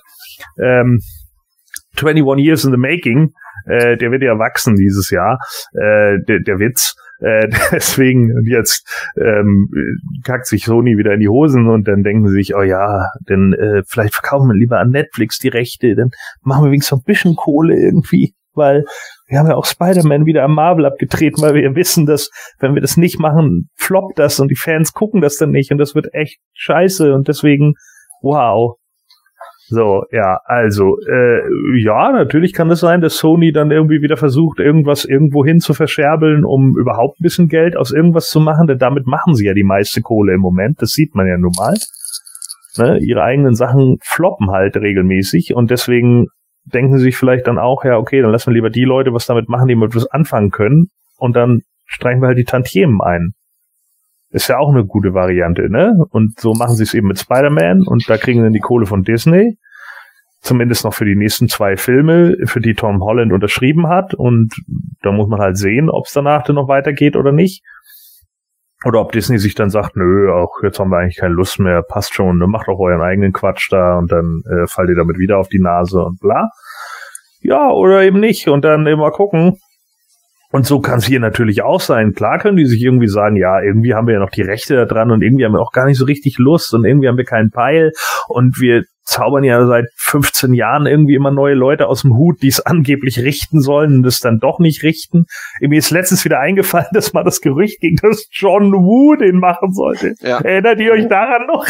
21 Years in the Making, der wird ja wachsen dieses Jahr, der Witz. Deswegen jetzt kackt sich Sony wieder in die Hosen und dann denken sie sich, oh ja, dann vielleicht verkaufen wir lieber an Netflix die Rechte, dann machen wir wenigstens so ein bisschen Kohle irgendwie, weil wir haben ja auch Spider-Man wieder am Marvel abgetreten, weil wir ja wissen, dass wenn wir das nicht machen, floppt das und die Fans gucken das dann nicht und das wird echt scheiße und deswegen, wow. So, ja, also, ja, natürlich kann es sein, dass Sony dann irgendwie wieder versucht, irgendwas irgendwohin zu verscherbeln, um überhaupt ein bisschen Geld aus irgendwas zu machen, denn damit machen sie ja die meiste Kohle im Moment, das sieht man ja nun mal. Ne? Ihre eigenen Sachen floppen halt regelmäßig und deswegen denken sie sich vielleicht dann auch, ja, okay, dann lassen wir lieber die Leute was damit machen, die mit was anfangen können und dann streichen wir halt die Tantiemen ein. Ist ja auch eine gute Variante, ne? Und so machen sie es eben mit Spider-Man und da kriegen sie dann die Kohle von Disney. Zumindest noch für die nächsten 2 Filme, für die Tom Holland unterschrieben hat. Und da muss man halt sehen, ob es danach dann noch weitergeht oder nicht. Oder ob Disney sich dann sagt, nö, auch jetzt haben wir eigentlich keine Lust mehr, passt schon, ne? Macht doch euren eigenen Quatsch da und dann fallt ihr damit wieder auf die Nase und bla. Ja, oder eben nicht. Und dann immer gucken. Und so kann es hier natürlich auch sein. Klar können die sich irgendwie sagen, ja, irgendwie haben wir ja noch die Rechte da dran und irgendwie haben wir auch gar nicht so richtig Lust und irgendwie haben wir keinen Peil und wir zaubern ja seit 15 Jahren irgendwie immer neue Leute aus dem Hut, die es angeblich richten sollen und es dann doch nicht richten. Mir ist letztens wieder eingefallen, dass mal das Gerücht ging, dass John Woo den machen sollte. Ja. Erinnert ihr euch daran noch?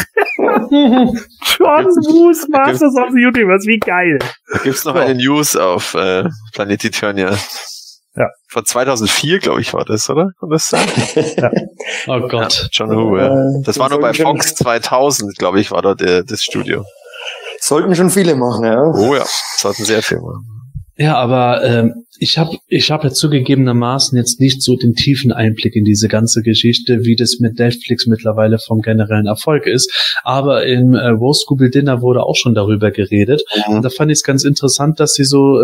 John Woo's Masters of the Universe, wie geil. Da gibt's noch eine News auf Planet Eternia. Ja. Von 2004, glaube ich, war das, oder? Kann das sein? Ja. Oh Gott. Ja, John Woo, ja. Das war nur bei Fox 2000, glaube ich, war da das Studio. Sollten schon viele machen, ja. Oh ja, sollten sehr viele machen. Ja, aber ich hab ja zugegebenermaßen jetzt nicht so den tiefen Einblick in diese ganze Geschichte, wie das mit Netflix mittlerweile vom generellen Erfolg ist. Aber im Roast Google Dinner wurde auch schon darüber geredet. Mhm. Und da fand ich es ganz interessant, dass sie so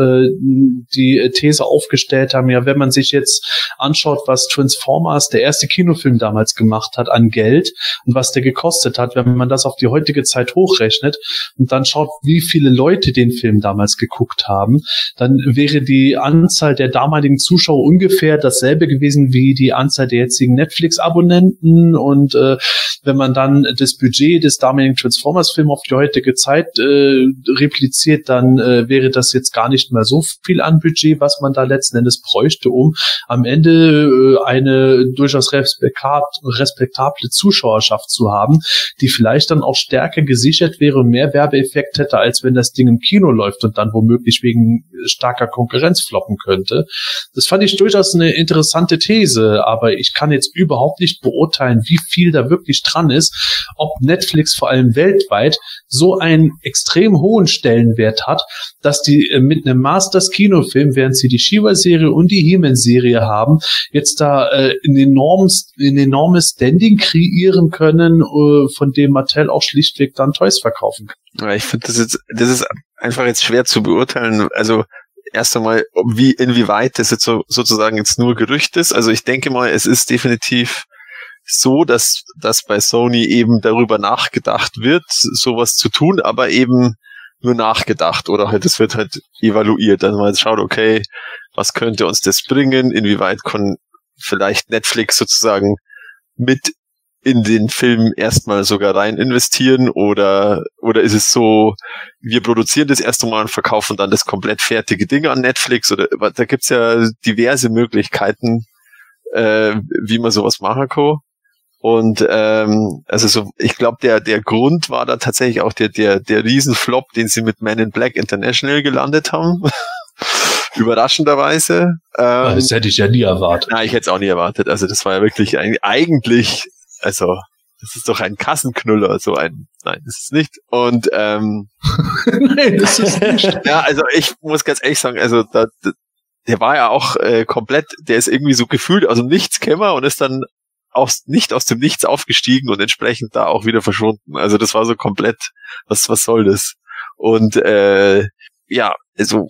die These aufgestellt haben, ja, wenn man sich jetzt anschaut, was Transformers, der erste Kinofilm damals gemacht hat an Geld und was der gekostet hat, wenn man das auf die heutige Zeit hochrechnet und dann schaut, wie viele Leute den Film damals geguckt haben, dann wäre die Anzahl der damaligen Zuschauer ungefähr dasselbe gewesen wie die Anzahl der jetzigen Netflix-Abonnenten und wenn man dann das Budget des damaligen Transformers-Films auf die heutige Zeit repliziert, dann wäre das jetzt gar nicht mehr so viel an Budget, was man da letzten Endes bräuchte, um am Ende eine durchaus respektable Zuschauerschaft zu haben, die vielleicht dann auch stärker gesichert wäre und mehr Werbeeffekt hätte, als wenn das Ding im Kino läuft und dann womöglich wegen starker Konkurrenz floppen könnte. Das fand ich durchaus eine interessante These, aber ich kann jetzt überhaupt nicht beurteilen, wie viel da wirklich dran ist, ob Netflix vor allem weltweit so einen extrem hohen Stellenwert hat, dass die mit einem Masters-Kinofilm, während sie die She-Ra-Serie und die He-Man-Serie haben, jetzt da ein enormes Standing kreieren können, von dem Mattel auch schlichtweg dann Toys verkaufen kann. Ja, ich finde, das ist einfach jetzt schwer zu beurteilen. Also erst einmal, inwieweit das jetzt sozusagen jetzt nur Gerücht ist. Also ich denke mal, es ist definitiv so, dass bei Sony eben darüber nachgedacht wird, sowas zu tun, aber eben nur nachgedacht oder halt es wird halt evaluiert. Also man schaut, okay, was könnte uns das bringen? Inwieweit kann vielleicht Netflix sozusagen mit in den Film erstmal sogar rein investieren oder ist es so, wir produzieren das erste Mal und verkaufen dann das komplett fertige Ding an Netflix oder da gibt's ja diverse Möglichkeiten, wie man sowas machen kann. Und also so, ich glaube, der Grund war da tatsächlich auch der Riesenflop, den sie mit Men in Black International gelandet haben. Überraschenderweise. Das hätte ich ja nie erwartet. Nein, ich hätte es auch nie erwartet. Also das war ja wirklich eigentlich, also das ist doch ein Kassenknüller, nein, das ist nicht. Und nein, das ist nicht. Ja, also ich muss ganz ehrlich sagen, also der war ja auch komplett, der ist irgendwie so gefühlt aus dem Nichts gekommen und ist dann nicht aus dem Nichts aufgestiegen und entsprechend da auch wieder verschwunden. Also das war so komplett, was soll das? Und ja, also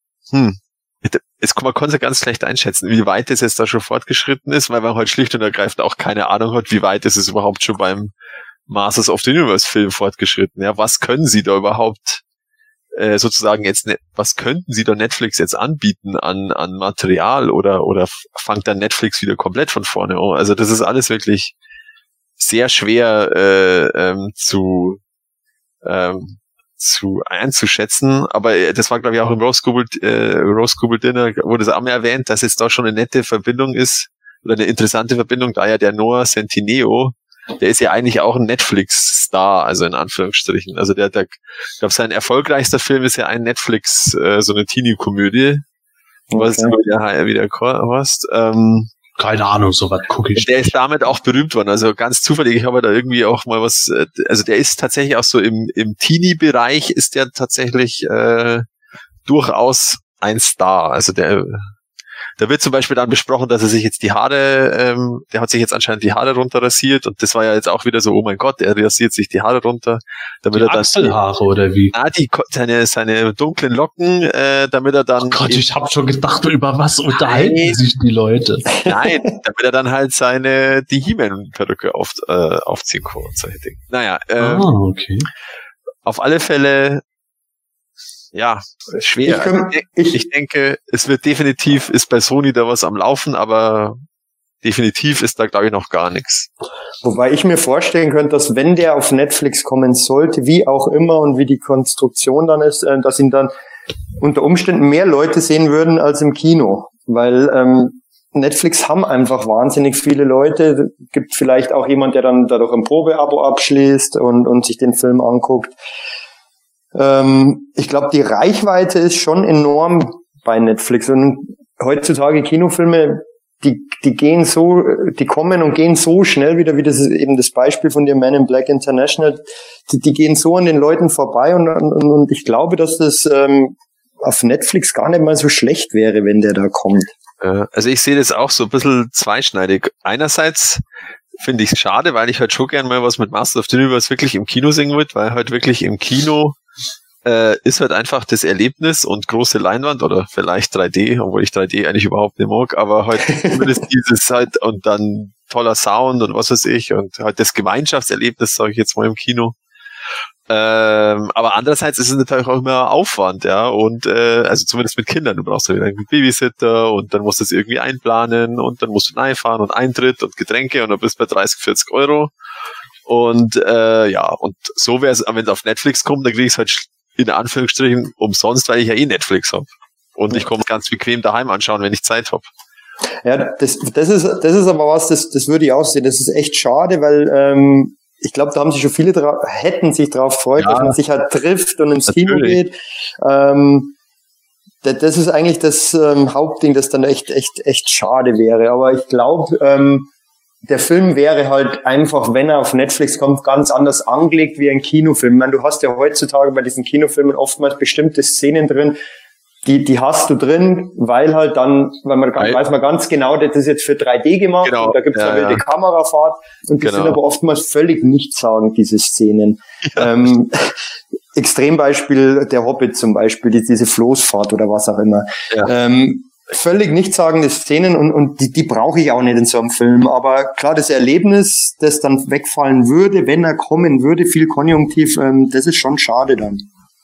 man konnte ganz schlecht einschätzen, wie weit es jetzt da schon fortgeschritten ist, weil man halt schlicht und ergreifend auch keine Ahnung hat, wie weit ist es überhaupt schon beim Masters of the Universe Film fortgeschritten. Ja, was können sie da überhaupt sozusagen jetzt, was könnten sie da Netflix jetzt anbieten an Material oder fangt dann Netflix wieder komplett von vorne an? Also das ist alles wirklich sehr schwer einzuschätzen, aber das war, glaube ich, auch im Rose Gold Dinner, wurde es auch mal erwähnt, dass jetzt da schon eine nette Verbindung ist, oder eine interessante Verbindung, da ja der Noah Centineo, der ist ja eigentlich auch ein Netflix-Star, also in Anführungsstrichen. Also ich glaube, sein erfolgreichster Film ist ja ein Netflix, so eine Teenie-Komödie, was wieder hast. Keine Ahnung, so was gucke ich. Der ist damit auch berühmt worden, also ganz zufällig, ich habe da irgendwie auch mal was, also der ist tatsächlich auch so im Teenie-Bereich ist der tatsächlich durchaus ein Star, also da wird zum Beispiel dann besprochen, dass er sich jetzt die Haare, der hat sich jetzt anscheinend die Haare runter rasiert und das war ja jetzt auch wieder so, oh mein Gott, er rasiert sich die Haare runter, damit die Achselhaare oder wie? Seine dunklen Locken, damit er dann... Oh Gott, ich habe schon gedacht, über was unterhalten sich die Leute? Nein, damit er dann halt die He-Man-Perücke aufziehen kann und solche Dinge. Naja, okay. Auf alle Fälle... Ja, schwer. Ich denke, es wird definitiv, ist bei Sony da was am Laufen, aber definitiv ist da, glaube ich, noch gar nichts. Wobei ich mir vorstellen könnte, dass wenn der auf Netflix kommen sollte, wie auch immer und wie die Konstruktion dann ist, dass ihn dann unter Umständen mehr Leute sehen würden als im Kino. Weil Netflix haben einfach wahnsinnig viele Leute. Gibt vielleicht auch jemand, der dann dadurch ein Probeabo abschließt und sich den Film anguckt. Ich glaube, die Reichweite ist schon enorm bei Netflix und heutzutage Kinofilme, die kommen und gehen so schnell wieder, wie das ist eben das Beispiel von dem Man in Black International, die gehen so an den Leuten vorbei und ich glaube, dass das auf Netflix gar nicht mal so schlecht wäre, wenn der da kommt. Also ich sehe das auch so ein bisschen zweischneidig. Einerseits finde ich es schade, weil ich halt schon gern mal was mit Master of the Universe wirklich im Kino singen würde, weil halt wirklich im Kino ist halt einfach das Erlebnis und große Leinwand oder vielleicht 3D, obwohl ich 3D eigentlich überhaupt nicht mag, aber halt zumindest dieses halt und dann toller Sound und was weiß ich und halt das Gemeinschaftserlebnis, sage ich jetzt mal im Kino. Aber andererseits ist es natürlich auch immer Aufwand, ja, und also zumindest mit Kindern, du brauchst ja wieder einen Babysitter und dann musst du es irgendwie einplanen und dann musst du reinfahren und Eintritt und Getränke und dann bist du bei 30, 40 Euro und ja, und so wäre es, wenn es auf Netflix kommt, dann krieg ich es halt in Anführungsstrichen umsonst, weil ich ja Netflix habe und ich komme ganz bequem daheim anschauen, wenn ich Zeit habe. Ja, das ist aber was, das würde ich auch sehen, das ist echt schade, weil ich glaube, da haben sich schon viele hätten sich drauf gefreut, dass man sich halt trifft und ins Kino geht. Das ist eigentlich das Hauptding, das dann echt schade wäre. Aber ich glaube, der Film wäre halt einfach, wenn er auf Netflix kommt, ganz anders angelegt wie ein Kinofilm. Ich meine, du hast ja heutzutage bei diesen Kinofilmen oftmals bestimmte Szenen drin, die hast du drin, weil man weiß man ganz genau, das ist jetzt für 3D gemacht, genau. Und da gibt's eine wilde Kamerafahrt und die sind aber oftmals völlig nichtssagend, diese Szenen. Ja. Extrembeispiel der Hobbit zum Beispiel, diese Floßfahrt oder was auch immer. Ja. Völlig nichtssagende Szenen und die brauche ich auch nicht in so einem Film. Aber klar, das Erlebnis, das dann wegfallen würde, wenn er kommen würde, viel Konjunktiv, das ist schon schade dann.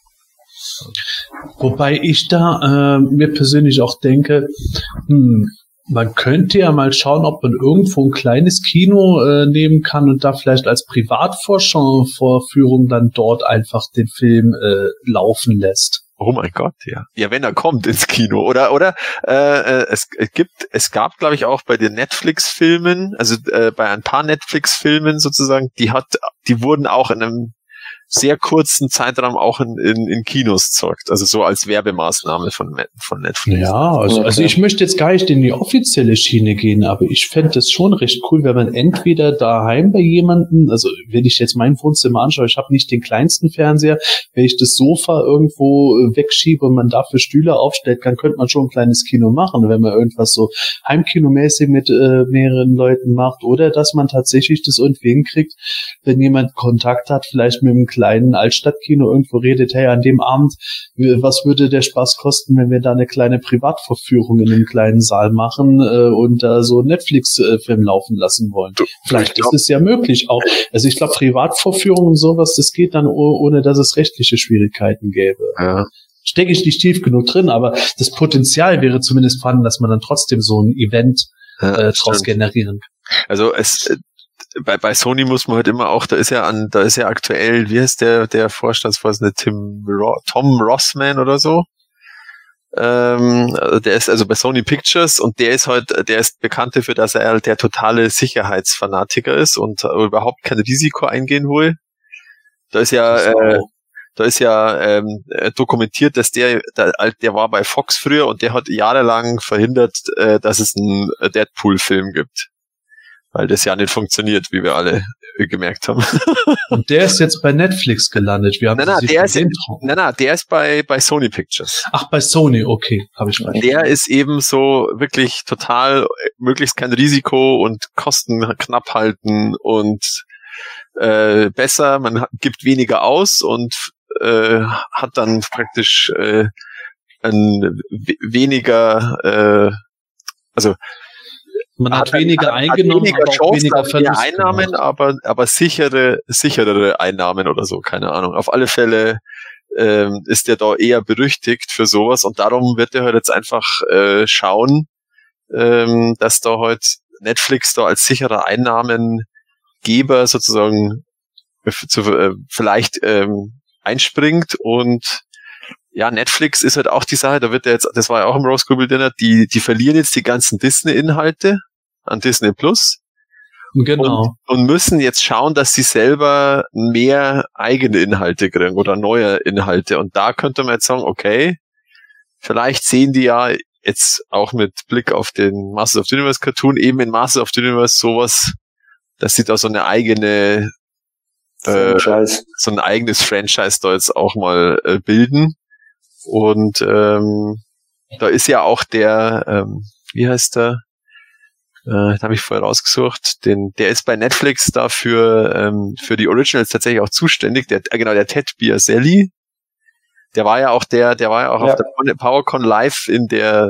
Wobei ich da mir persönlich auch denke, man könnte ja mal schauen, ob man irgendwo ein kleines Kino nehmen kann und da vielleicht als Privatvorführung dann dort einfach den Film laufen lässt. Oh mein Gott, ja. Ja, wenn er kommt ins Kino. Oder es gab, glaube ich, auch bei den Netflix-Filmen, also bei ein paar Netflix-Filmen sozusagen, die wurden auch in einem sehr kurzen Zeitraum auch in Kinos zockt. Also so als Werbemaßnahme von Netflix. Ja, also ich möchte jetzt gar nicht in die offizielle Schiene gehen, aber ich fände es schon recht cool, wenn man entweder daheim bei jemandem, also wenn ich jetzt mein Wohnzimmer anschaue, ich habe nicht den kleinsten Fernseher, wenn ich das Sofa irgendwo wegschiebe und man dafür Stühle aufstellt, dann könnte man schon ein kleines Kino machen, wenn man irgendwas so heimkinomäßig mit mehreren Leuten macht, oder dass man tatsächlich das irgendwie hinkriegt, wenn jemand Kontakt hat, vielleicht mit einem kleinen Altstadtkino irgendwo redet, hey, an dem Abend, was würde der Spaß kosten, wenn wir da eine kleine Privatverführung in einem kleinen Saal machen und da so Netflix-Film laufen lassen wollen. Vielleicht ist es ja möglich auch. Also ich glaube, Privatverführung und sowas, das geht dann ohne, dass es rechtliche Schwierigkeiten gäbe. Ja. Stecke ich nicht tief genug drin, aber das Potenzial wäre zumindest vorhanden, dass man dann trotzdem so ein Event draus generieren kann. Also bei Sony muss man halt immer auch, da ist ja aktuell, wie heißt der Vorstandsvorsitzende, Tom Rossman oder so? Der ist also bei Sony Pictures und der ist bekannt dafür, dass er halt der totale Sicherheitsfanatiker ist und überhaupt kein Risiko eingehen will. Da ist ja dokumentiert, dass der war bei Fox früher und der hat jahrelang verhindert, dass es einen Deadpool-Film gibt. Weil das ja nicht funktioniert, wie wir alle gemerkt haben. Und der ist jetzt bei Netflix gelandet. Der ist bei Sony Pictures. Ach, bei Sony, okay, habe ich verstanden. Der ist eben so wirklich total, möglichst kein Risiko und Kosten knapp halten und besser, man gibt weniger aus und hat dann praktisch weniger, also man hat weniger eingenommen, weniger aber auch weniger Verlust. Einnahmen, aber sicherere Einnahmen oder so, keine Ahnung. Auf alle Fälle ist der da eher berüchtigt für sowas und darum wird er halt jetzt einfach schauen, dass da halt Netflix da als sicherer Einnahmengeber sozusagen vielleicht einspringt und ja, Netflix ist halt auch die Sache, da wird ja jetzt, das war ja auch im Rose Goodwill Dinner, die verlieren jetzt die ganzen Disney-Inhalte an Disney Plus. Genau. Und müssen jetzt schauen, dass sie selber mehr eigene Inhalte kriegen oder neue Inhalte. Und da könnte man jetzt sagen, okay, vielleicht sehen die ja jetzt auch mit Blick auf den Masters of the Universe Cartoon eben in Masters of the Universe sowas, dass sie da so eine eigene so ein eigenes Franchise da jetzt auch mal bilden. Und da ist ja auch der, wie heißt der? Den habe ich vorher rausgesucht. Der ist bei Netflix da für die Originals tatsächlich auch zuständig. Der Ted Biaselli. Der war ja auch auf der PowerCon live in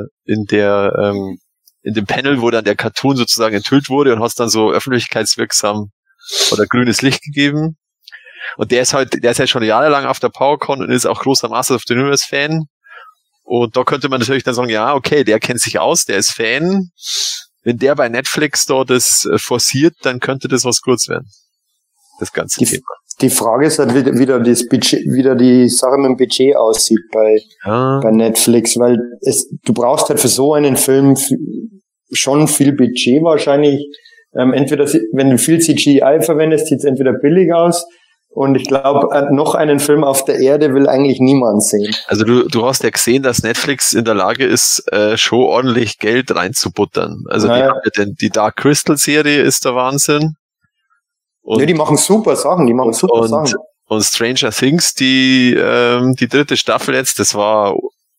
dem Panel, wo dann der Cartoon sozusagen enthüllt wurde und hat es dann so öffentlichkeitswirksam oder grünes Licht gegeben. Und der ist ja schon jahrelang auf der PowerCon und ist auch großer Masters of the Universe Fan. Und da könnte man natürlich dann sagen, ja, okay, der kennt sich aus, der ist Fan. Wenn der bei Netflix da das forciert, dann könnte das was Gutes werden. Das ganze Thema. Die Frage ist halt wieder das Budget, wieder die Sache mit dem Budget aussieht bei Netflix, weil du brauchst halt für so einen Film schon viel Budget wahrscheinlich. Entweder, wenn du viel CGI verwendest, sieht es entweder billig aus. Und ich glaube, noch einen Film auf der Erde will eigentlich niemand sehen. Also du hast ja gesehen, dass Netflix in der Lage ist, schon ordentlich Geld reinzubuttern. Also die Dark Crystal Serie ist der Wahnsinn. Und, die machen super Sachen, Und Stranger Things, die 3. Staffel jetzt, das war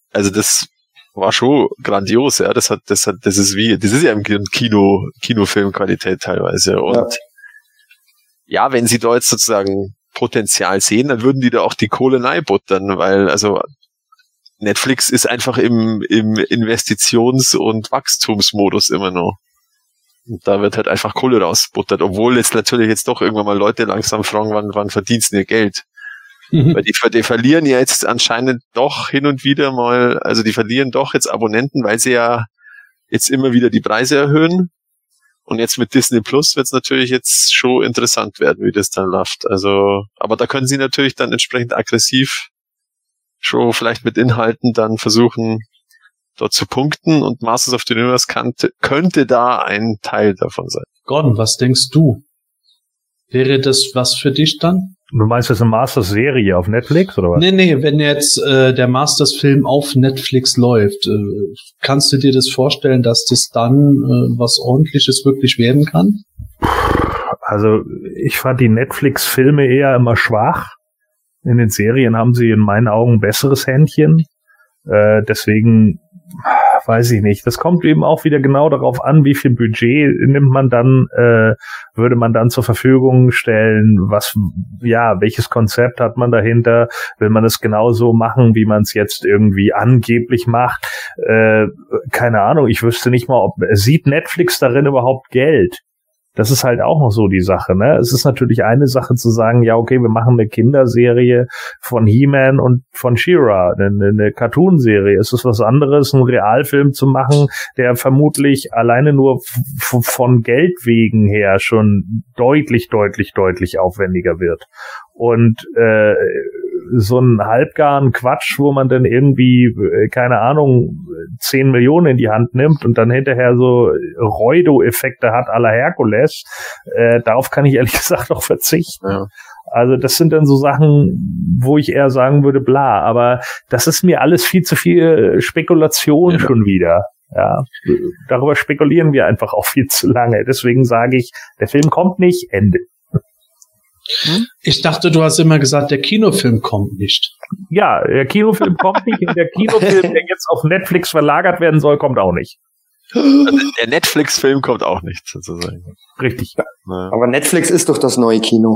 schon grandios, ja. Das ist ja im Kinofilmqualität teilweise. Und ja, wenn sie da jetzt sozusagen Potenzial sehen, dann würden die da auch die Kohle reinbuttern, weil also Netflix ist einfach im Investitions- und Wachstumsmodus immer noch. Und da wird halt einfach Kohle rausbuttert, obwohl jetzt natürlich jetzt doch irgendwann mal Leute langsam fragen, wann verdienst du ihr Geld? Weil die verlieren ja jetzt anscheinend doch hin und wieder mal, also die verlieren doch jetzt Abonnenten, weil sie ja jetzt immer wieder die Preise erhöhen. Und jetzt mit Disney Plus wird es natürlich jetzt schon interessant werden, wie das dann läuft. Also, aber da können sie natürlich dann entsprechend aggressiv schon vielleicht mit Inhalten dann versuchen, dort zu punkten. Und Masters of the Universe könnte da ein Teil davon sein. Gordon, was denkst du? Wäre das was für dich dann? Du meinst jetzt eine Masters-Serie auf Netflix, oder was? Nee, wenn jetzt der Masters-Film auf Netflix läuft, kannst du dir das vorstellen, dass das dann was Ordentliches wirklich werden kann? Also ich fand die Netflix-Filme eher immer schwach. In den Serien haben sie in meinen Augen ein besseres Händchen. Deswegen weiß ich nicht. Das kommt eben auch wieder genau darauf an, wie viel Budget würde man dann zur Verfügung stellen, welches Konzept hat man dahinter, will man es genauso machen, wie man es jetzt irgendwie angeblich macht, keine Ahnung, ich wüsste nicht mal, sieht Netflix darin überhaupt Geld? Das ist halt auch noch so die Sache, ne? Es ist natürlich eine Sache zu sagen, ja, okay, wir machen eine Kinderserie von He-Man und von She-Ra, eine Cartoon-Serie. Es ist was anderes, einen Realfilm zu machen, der vermutlich alleine nur von Geld wegen her schon deutlich aufwendiger wird. Und so einen halbgaren Quatsch, wo man dann irgendwie, keine Ahnung, 10 Millionen in die Hand nimmt und dann hinterher so Reudo-Effekte hat à la Herkules, darauf kann ich ehrlich gesagt auch verzichten. Ja. Also das sind dann so Sachen, wo ich eher sagen würde, bla, aber das ist mir alles viel zu viel Spekulation schon wieder. Ja, darüber spekulieren wir einfach auch viel zu lange. Deswegen sage ich, der Film kommt nicht, Ende. Ich dachte, du hast immer gesagt, der Kinofilm kommt nicht. Ja, der Kinofilm kommt nicht und der Kinofilm, der jetzt auf Netflix verlagert werden soll, kommt auch nicht. Also der Netflix-Film kommt auch nicht, sozusagen. Richtig. Ja. Aber Netflix ist doch das neue Kino.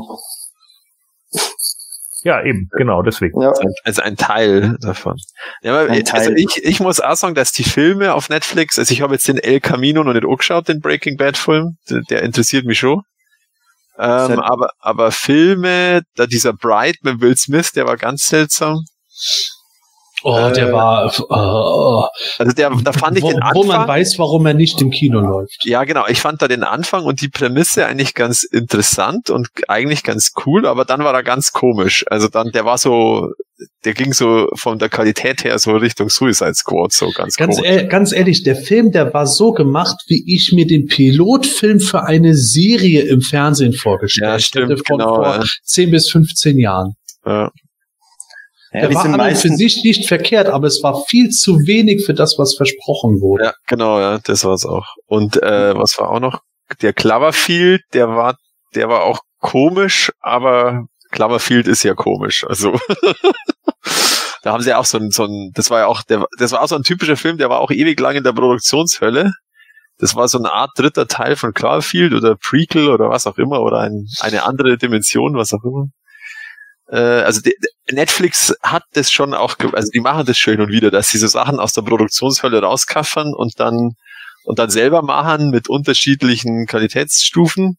Ja, eben, genau, deswegen. Ja. Also ein Teil davon. Ja, aber also ich muss auch sagen, dass die Filme auf Netflix, also ich habe jetzt den El Camino noch nicht angeschaut, den Breaking Bad-Film, der interessiert mich schon. Aber Filme, da dieser Bright mit Will Smith, der war ganz seltsam. Der war, also da fand ich den Anfang, wo man weiß, warum er nicht im Kino läuft. Ja, genau. Ich fand da den Anfang und die Prämisse eigentlich ganz interessant und eigentlich ganz cool, aber dann war er ganz komisch. Also der ging so von der Qualität her so Richtung Suicide Squad, so ganz komisch. Ganz ehrlich, der Film, der war so gemacht, wie ich mir den Pilotfilm für eine Serie im Fernsehen vorgestellt hätte, vor 10 bis 15 Jahren. Ja. Der war an und für sich nicht verkehrt, aber es war viel zu wenig für das, was versprochen wurde. Ja, genau, ja, das war's auch. Und was war auch noch? Der Cloverfield, der war auch komisch, aber Cloverfield ist ja komisch. Also da haben sie auch das war auch so ein typischer Film, der war auch ewig lang in der Produktionshölle. Das war so eine Art dritter Teil von Cloverfield oder Prequel oder was auch immer oder eine andere Dimension, was auch immer. Also Netflix hat das schon auch, also die machen das schön und wieder, dass sie so Sachen aus der Produktionshölle rauskaffern und dann selber machen mit unterschiedlichen Qualitätsstufen.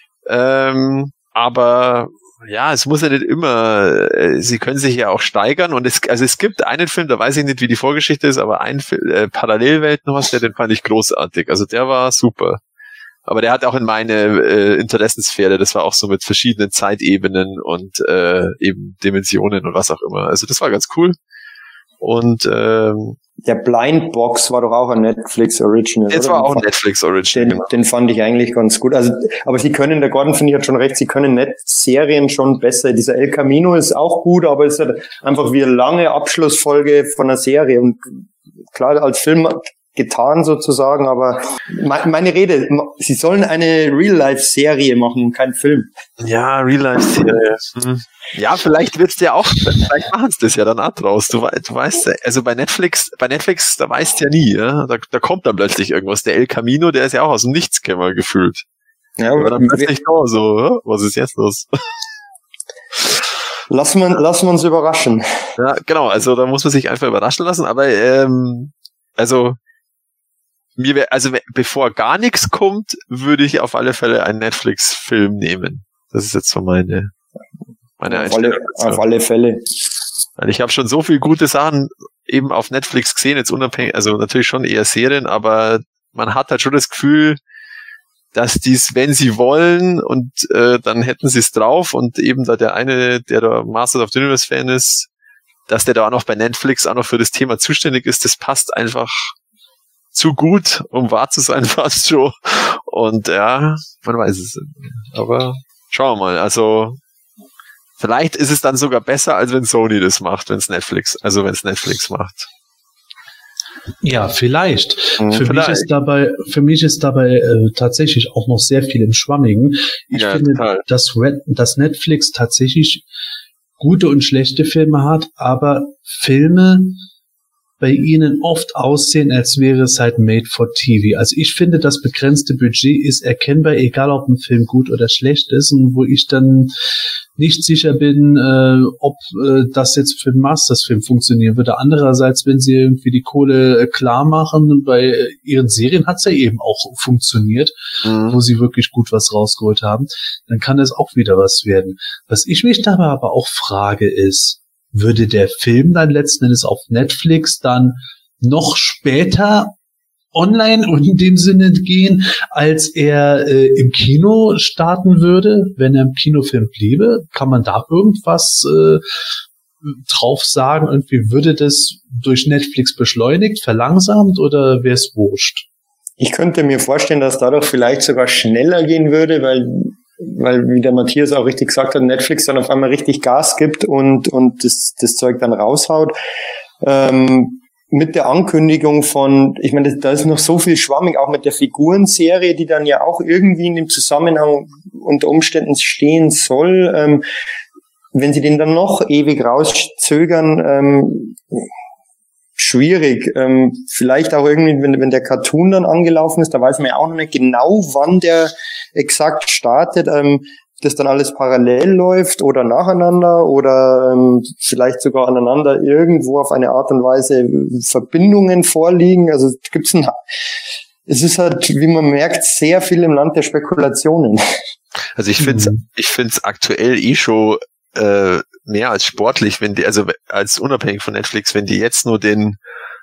Aber ja, es muss ja nicht immer, sie können sich ja auch steigern und es gibt einen Film, da weiß ich nicht, wie die Vorgeschichte ist, aber Parallelwelten hast du, den fand ich großartig. Also der war super. Aber der hat auch in meine Interessensphäre, das war auch so mit verschiedenen Zeitebenen und eben Dimensionen und was auch immer. Also das war ganz cool. Und der Blind Box war doch auch ein Netflix Original. Das war auch ein Netflix Original. Den fand ich eigentlich ganz gut. Also, aber der Gordon finde ich hat schon recht, sie können Serien schon besser. Dieser El Camino ist auch gut, aber es ist halt einfach wie eine lange Abschlussfolge von einer Serie. Und klar, als Film getan sozusagen, aber meine Rede, sie sollen eine Real-Life-Serie machen und keinen Film. Ja, Real-Life-Serie. Ja, vielleicht vielleicht machen sie das ja dann auch draus. Du weißt, also bei Netflix, da weißt du ja nie, ja? Da kommt dann plötzlich irgendwas. Der El Camino, der ist ja auch aus dem Nichts gefühlt. Ja, aber dann plötzlich so, was ist jetzt los? Lassen wir uns überraschen. Ja, genau, also da muss man sich einfach überraschen lassen, aber bevor gar nichts kommt, würde ich auf alle Fälle einen Netflix-Film nehmen. Das ist jetzt so meine Einstellung. Auf alle Fälle. Weil ich habe schon so viele gute Sachen eben auf Netflix gesehen, jetzt unabhängig, also natürlich schon eher Serien, aber man hat halt schon das Gefühl, dass dies, wenn sie wollen und dann hätten sie es drauf und eben da der eine, der da Masters of the Universe Fan ist, dass der da auch noch bei Netflix auch noch für das Thema zuständig ist, das passt einfach zu gut, um wahr zu sein fast schon. Und ja, man weiß es nicht. Aber schauen wir mal. Also Vielleicht ist es dann sogar besser, als wenn Sony das macht, wenn es Netflix macht. Ja, vielleicht. Für Vielleicht. mich ist dabei tatsächlich auch noch sehr viel im Schwammigen. Ich finde, total. dass Netflix tatsächlich gute und schlechte Filme hat, aber Filme bei ihnen oft aussehen, als wäre es halt made for TV. Also ich finde, das begrenzte Budget ist erkennbar, egal ob ein Film gut oder schlecht ist, und wo ich dann nicht sicher bin, ob das jetzt für einen Masters-Film funktionieren würde. Andererseits, wenn sie irgendwie die Kohle klar machen, bei ihren Serien hat es ja eben auch funktioniert, wo sie wirklich gut was rausgeholt haben, dann kann es auch wieder was werden. Was ich mich dabei aber auch frage ist, würde der Film dann letzten Endes auf Netflix dann noch später online und in dem Sinne gehen, als er im Kino starten würde, wenn er im Kinofilm bliebe? Kann man da irgendwas drauf sagen? Irgendwie würde das durch Netflix beschleunigt, verlangsamt oder wäre es wurscht? Ich könnte mir vorstellen, dass dadurch vielleicht sogar schneller gehen würde, weil wie der Matthias auch richtig gesagt hat, Netflix dann auf einmal richtig Gas gibt und das Zeug dann raushaut. Mit der Ankündigung von, ich meine, da ist noch so viel schwammig, auch mit der Figurenserie, die dann ja auch irgendwie in dem Zusammenhang unter Umständen stehen soll. Wenn sie den dann noch ewig rauszögern, schwierig. Vielleicht auch irgendwie, wenn der Cartoon dann angelaufen ist, da weiß man ja auch noch nicht genau, wann der exakt startet, das dann alles parallel läuft oder nacheinander oder vielleicht sogar aneinander irgendwo auf eine Art und Weise Verbindungen vorliegen. Also es ist halt, wie man merkt, sehr viel im Land der Spekulationen. Also ich find's aktuell schon mehr als sportlich, wenn die, also als unabhängig von Netflix, wenn die jetzt nur den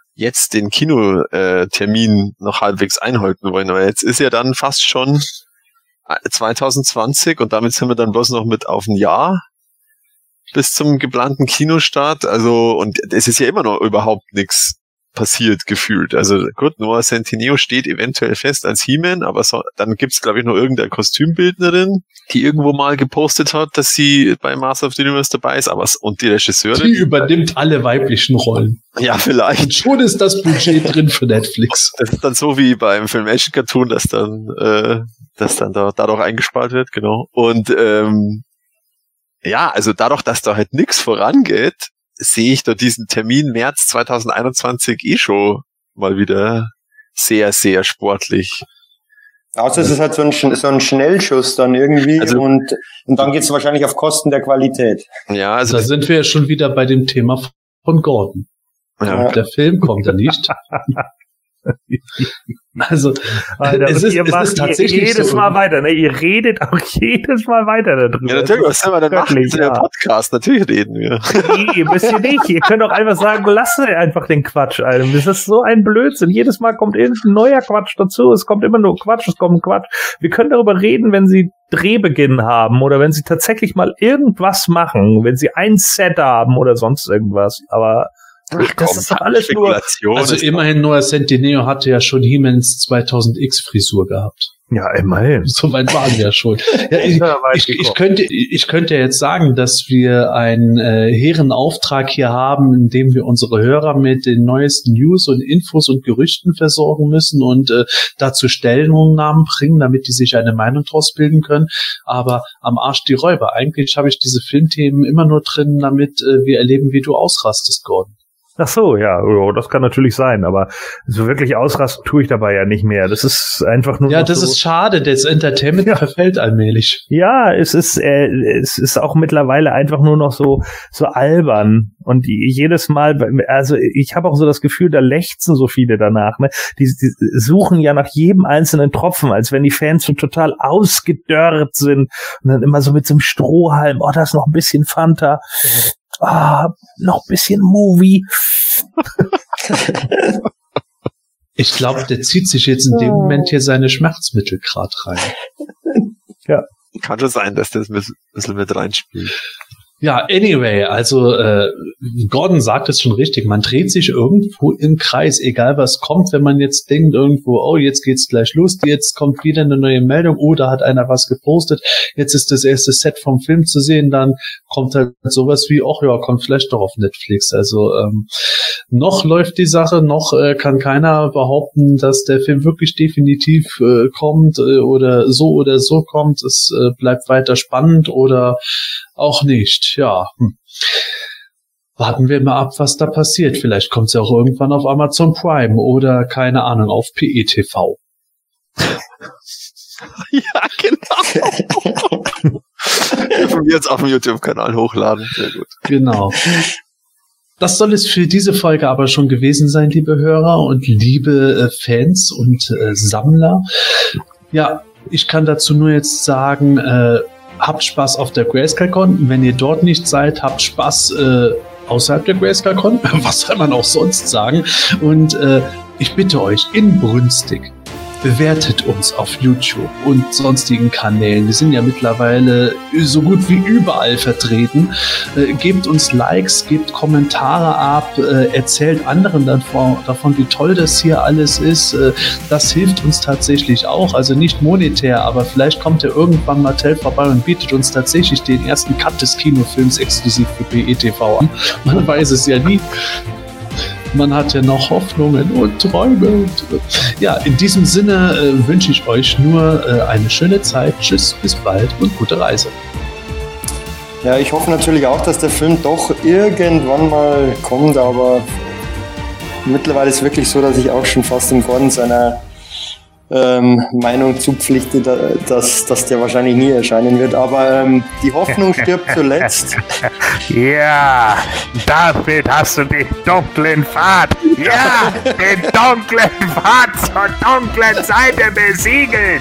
Kinotermin noch halbwegs einhalten wollen. Aber jetzt ist ja dann fast schon 2020 und damit sind wir dann bloß noch mit auf ein Jahr bis zum geplanten Kinostart. Also, und es ist ja immer noch überhaupt nichts passiert gefühlt. Also gut, Noah Centineo steht eventuell fest als He-Man, aber dann gibt's, glaube ich, noch irgendeine Kostümbildnerin, die irgendwo mal gepostet hat, dass sie bei Master of the Universe dabei ist, und die Regisseurin. Die übernimmt alle weiblichen Rollen. Ja, vielleicht. Und schon ist das Budget drin für Netflix. Das ist dann so wie beim Filmation-Cartoon, dass dann dadurch eingespart wird, genau. Und ja, also dadurch, dass da halt nichts vorangeht, sehe ich da diesen Termin März 2021 schon mal wieder sehr, sehr sportlich. Außer es ist halt so ein Schnellschuss dann irgendwie, also, und dann geht's wahrscheinlich auf Kosten der Qualität. Ja, also da sind wir ja schon wieder bei dem Thema von Gordon. Ja. Der Film kommt ja nicht. Also, es ist tatsächlich jedes so. Mal weiter, ne? Ihr redet auch jedes Mal weiter darüber. Ja, natürlich, was soll man denn machen? Das ist ja ein Podcast, natürlich reden wir. Nee, müsst ihr nicht. Ihr könnt doch einfach sagen, lasst einfach den Quatsch, Alter. Das ist so ein Blödsinn. Jedes Mal kommt irgendein neuer Quatsch dazu. Es kommt immer nur Quatsch, es kommt Quatsch. Wir können darüber reden, wenn sie Drehbeginn haben oder wenn sie tatsächlich mal irgendwas machen, wenn sie ein Set haben oder sonst irgendwas. Aber das ist doch alles nur. Also immerhin Noah Centineo hatte ja schon He-Mans 2000X Frisur gehabt. Ja, immerhin. Soweit waren wir schon. Ja, ich könnte jetzt sagen, dass wir einen hehren Auftrag hier haben, in dem wir unsere Hörer mit den neuesten News und Infos und Gerüchten versorgen müssen und dazu Stellungnahmen bringen, damit die sich eine Meinung draus bilden können. Aber am Arsch die Räuber. Eigentlich habe ich diese Filmthemen immer nur drin, damit wir erleben, wie du ausrastest, Gordon. Ach so, ja, das kann natürlich sein, aber so wirklich ausrasten tue ich dabei ja nicht mehr. Das ist einfach nur. Ja, das so ist schade. Das Entertainment verfällt allmählich. Ja, es ist auch mittlerweile einfach nur noch so albern und jedes Mal, also ich habe auch so das Gefühl, da lechzen so viele danach. Ne, die suchen ja nach jedem einzelnen Tropfen, als wenn die Fans so total ausgedörrt sind und dann immer so mit so einem Strohhalm. Oh, da ist noch ein bisschen Fanta. Noch ein bisschen Movie. Ich glaube, der zieht sich jetzt in dem Moment hier seine Schmerzmittel gerade rein. Ja. Kann schon sein, dass das ein bisschen mit reinspielt. Ja, anyway, also Gordon sagt es schon richtig, man dreht sich irgendwo im Kreis, egal was kommt, wenn man jetzt denkt irgendwo, oh, jetzt geht's gleich los, jetzt kommt wieder eine neue Meldung, oh, da hat einer was gepostet, jetzt ist das erste Set vom Film zu sehen, dann kommt halt sowas wie, ach ja, kommt vielleicht doch auf Netflix. Also noch läuft die Sache, noch kann keiner behaupten, dass der Film wirklich definitiv kommt oder so kommt. Es bleibt weiter spannend oder auch nicht, ja. Warten wir mal ab, was da passiert. Vielleicht kommt es ja auch irgendwann auf Amazon Prime oder, keine Ahnung, auf PETV. Ja, genau. Dürfen wir jetzt auf dem YouTube-Kanal hochladen. Sehr gut. Genau. Das soll es für diese Folge aber schon gewesen sein, liebe Hörer und liebe Fans und Sammler. Ja, ich kann dazu nur jetzt sagen, habt Spaß auf der Grayscale-Con. Wenn ihr dort nicht seid, habt Spaß außerhalb der Grayscale-Con. Was soll man auch sonst sagen? Und ich bitte euch inbrünstig, bewertet uns auf YouTube und sonstigen Kanälen. Wir sind ja mittlerweile so gut wie überall vertreten. Gebt uns Likes, gebt Kommentare ab, erzählt anderen davon, wie toll das hier alles ist. Das hilft uns tatsächlich auch, also nicht monetär, aber vielleicht kommt ja irgendwann Mattel vorbei und bietet uns tatsächlich den ersten Cut des Kinofilms exklusiv für PETV an. Man weiß es ja nie. Man hat ja noch Hoffnungen und Träume. Ja, in diesem Sinne wünsche ich euch nur eine schöne Zeit. Tschüss, bis bald und gute Reise. Ja, ich hoffe natürlich auch, dass der Film doch irgendwann mal kommt, aber mittlerweile ist es wirklich so, dass ich auch schon fast im Gordon seiner Meinung zupflichte, dass der wahrscheinlich nie erscheinen wird, aber die Hoffnung stirbt zuletzt. Ja, damit hast du den dunklen Pfad, ja, den dunklen Pfad zur dunklen Seite besiegelt.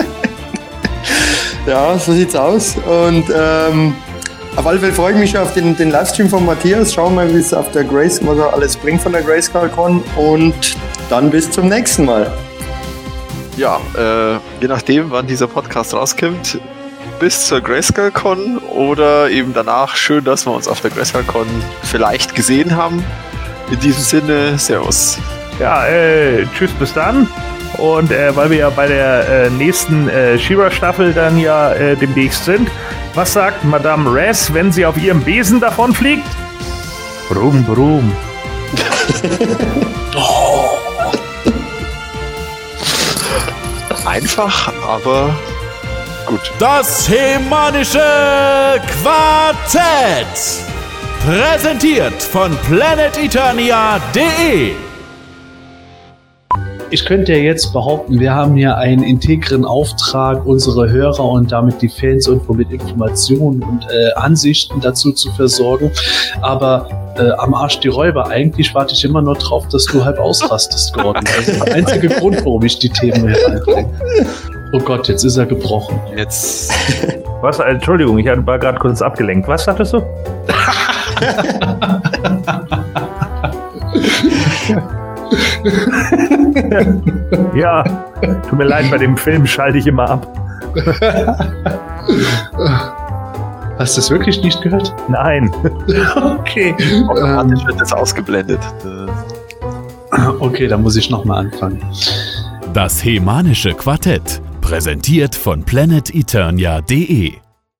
Ja, so sieht's aus und auf alle Fälle freue ich mich schon auf den Livestream von Matthias. Schauen wir mal, wie es auf der was er alles bringt von der Grayscale-Con und dann bis zum nächsten Mal. Ja, je nachdem, wann dieser Podcast rauskommt, bis zur Grayscale-Con oder eben danach. Schön, dass wir uns auf der Grayscale-Con vielleicht gesehen haben. In diesem Sinne, Servus. Ja, tschüss, bis dann. Und weil wir ja bei der nächsten She-Ra-Staffel dann ja demnächst sind, was sagt Madame Razz, wenn sie auf ihrem Besen davonfliegt? Brumm, brumm. Oh. Einfach, aber gut. Das Hemanische Quartett. Präsentiert von planeteternia.de. Ich könnte ja jetzt behaupten, wir haben hier einen integren Auftrag, unsere Hörer und damit die Fans irgendwo mit Informationen und Ansichten dazu zu versorgen. Aber am Arsch die Räuber, eigentlich warte ich immer nur drauf, dass du halb ausrastest, Gordon. Das ist der einzige Grund, warum ich die Themen hier reinbringe. Oh Gott, jetzt ist er gebrochen. Jetzt. Was? Entschuldigung, ich war gerade kurz abgelenkt. Was sagtest du? Ja, tut mir leid, bei dem Film schalte ich immer ab. Hast du das wirklich nicht gehört? Nein. Okay. Automatisch wird das ausgeblendet. Okay, dann muss ich nochmal anfangen. Das Hemanische Quartett. Präsentiert von planeteternia.de.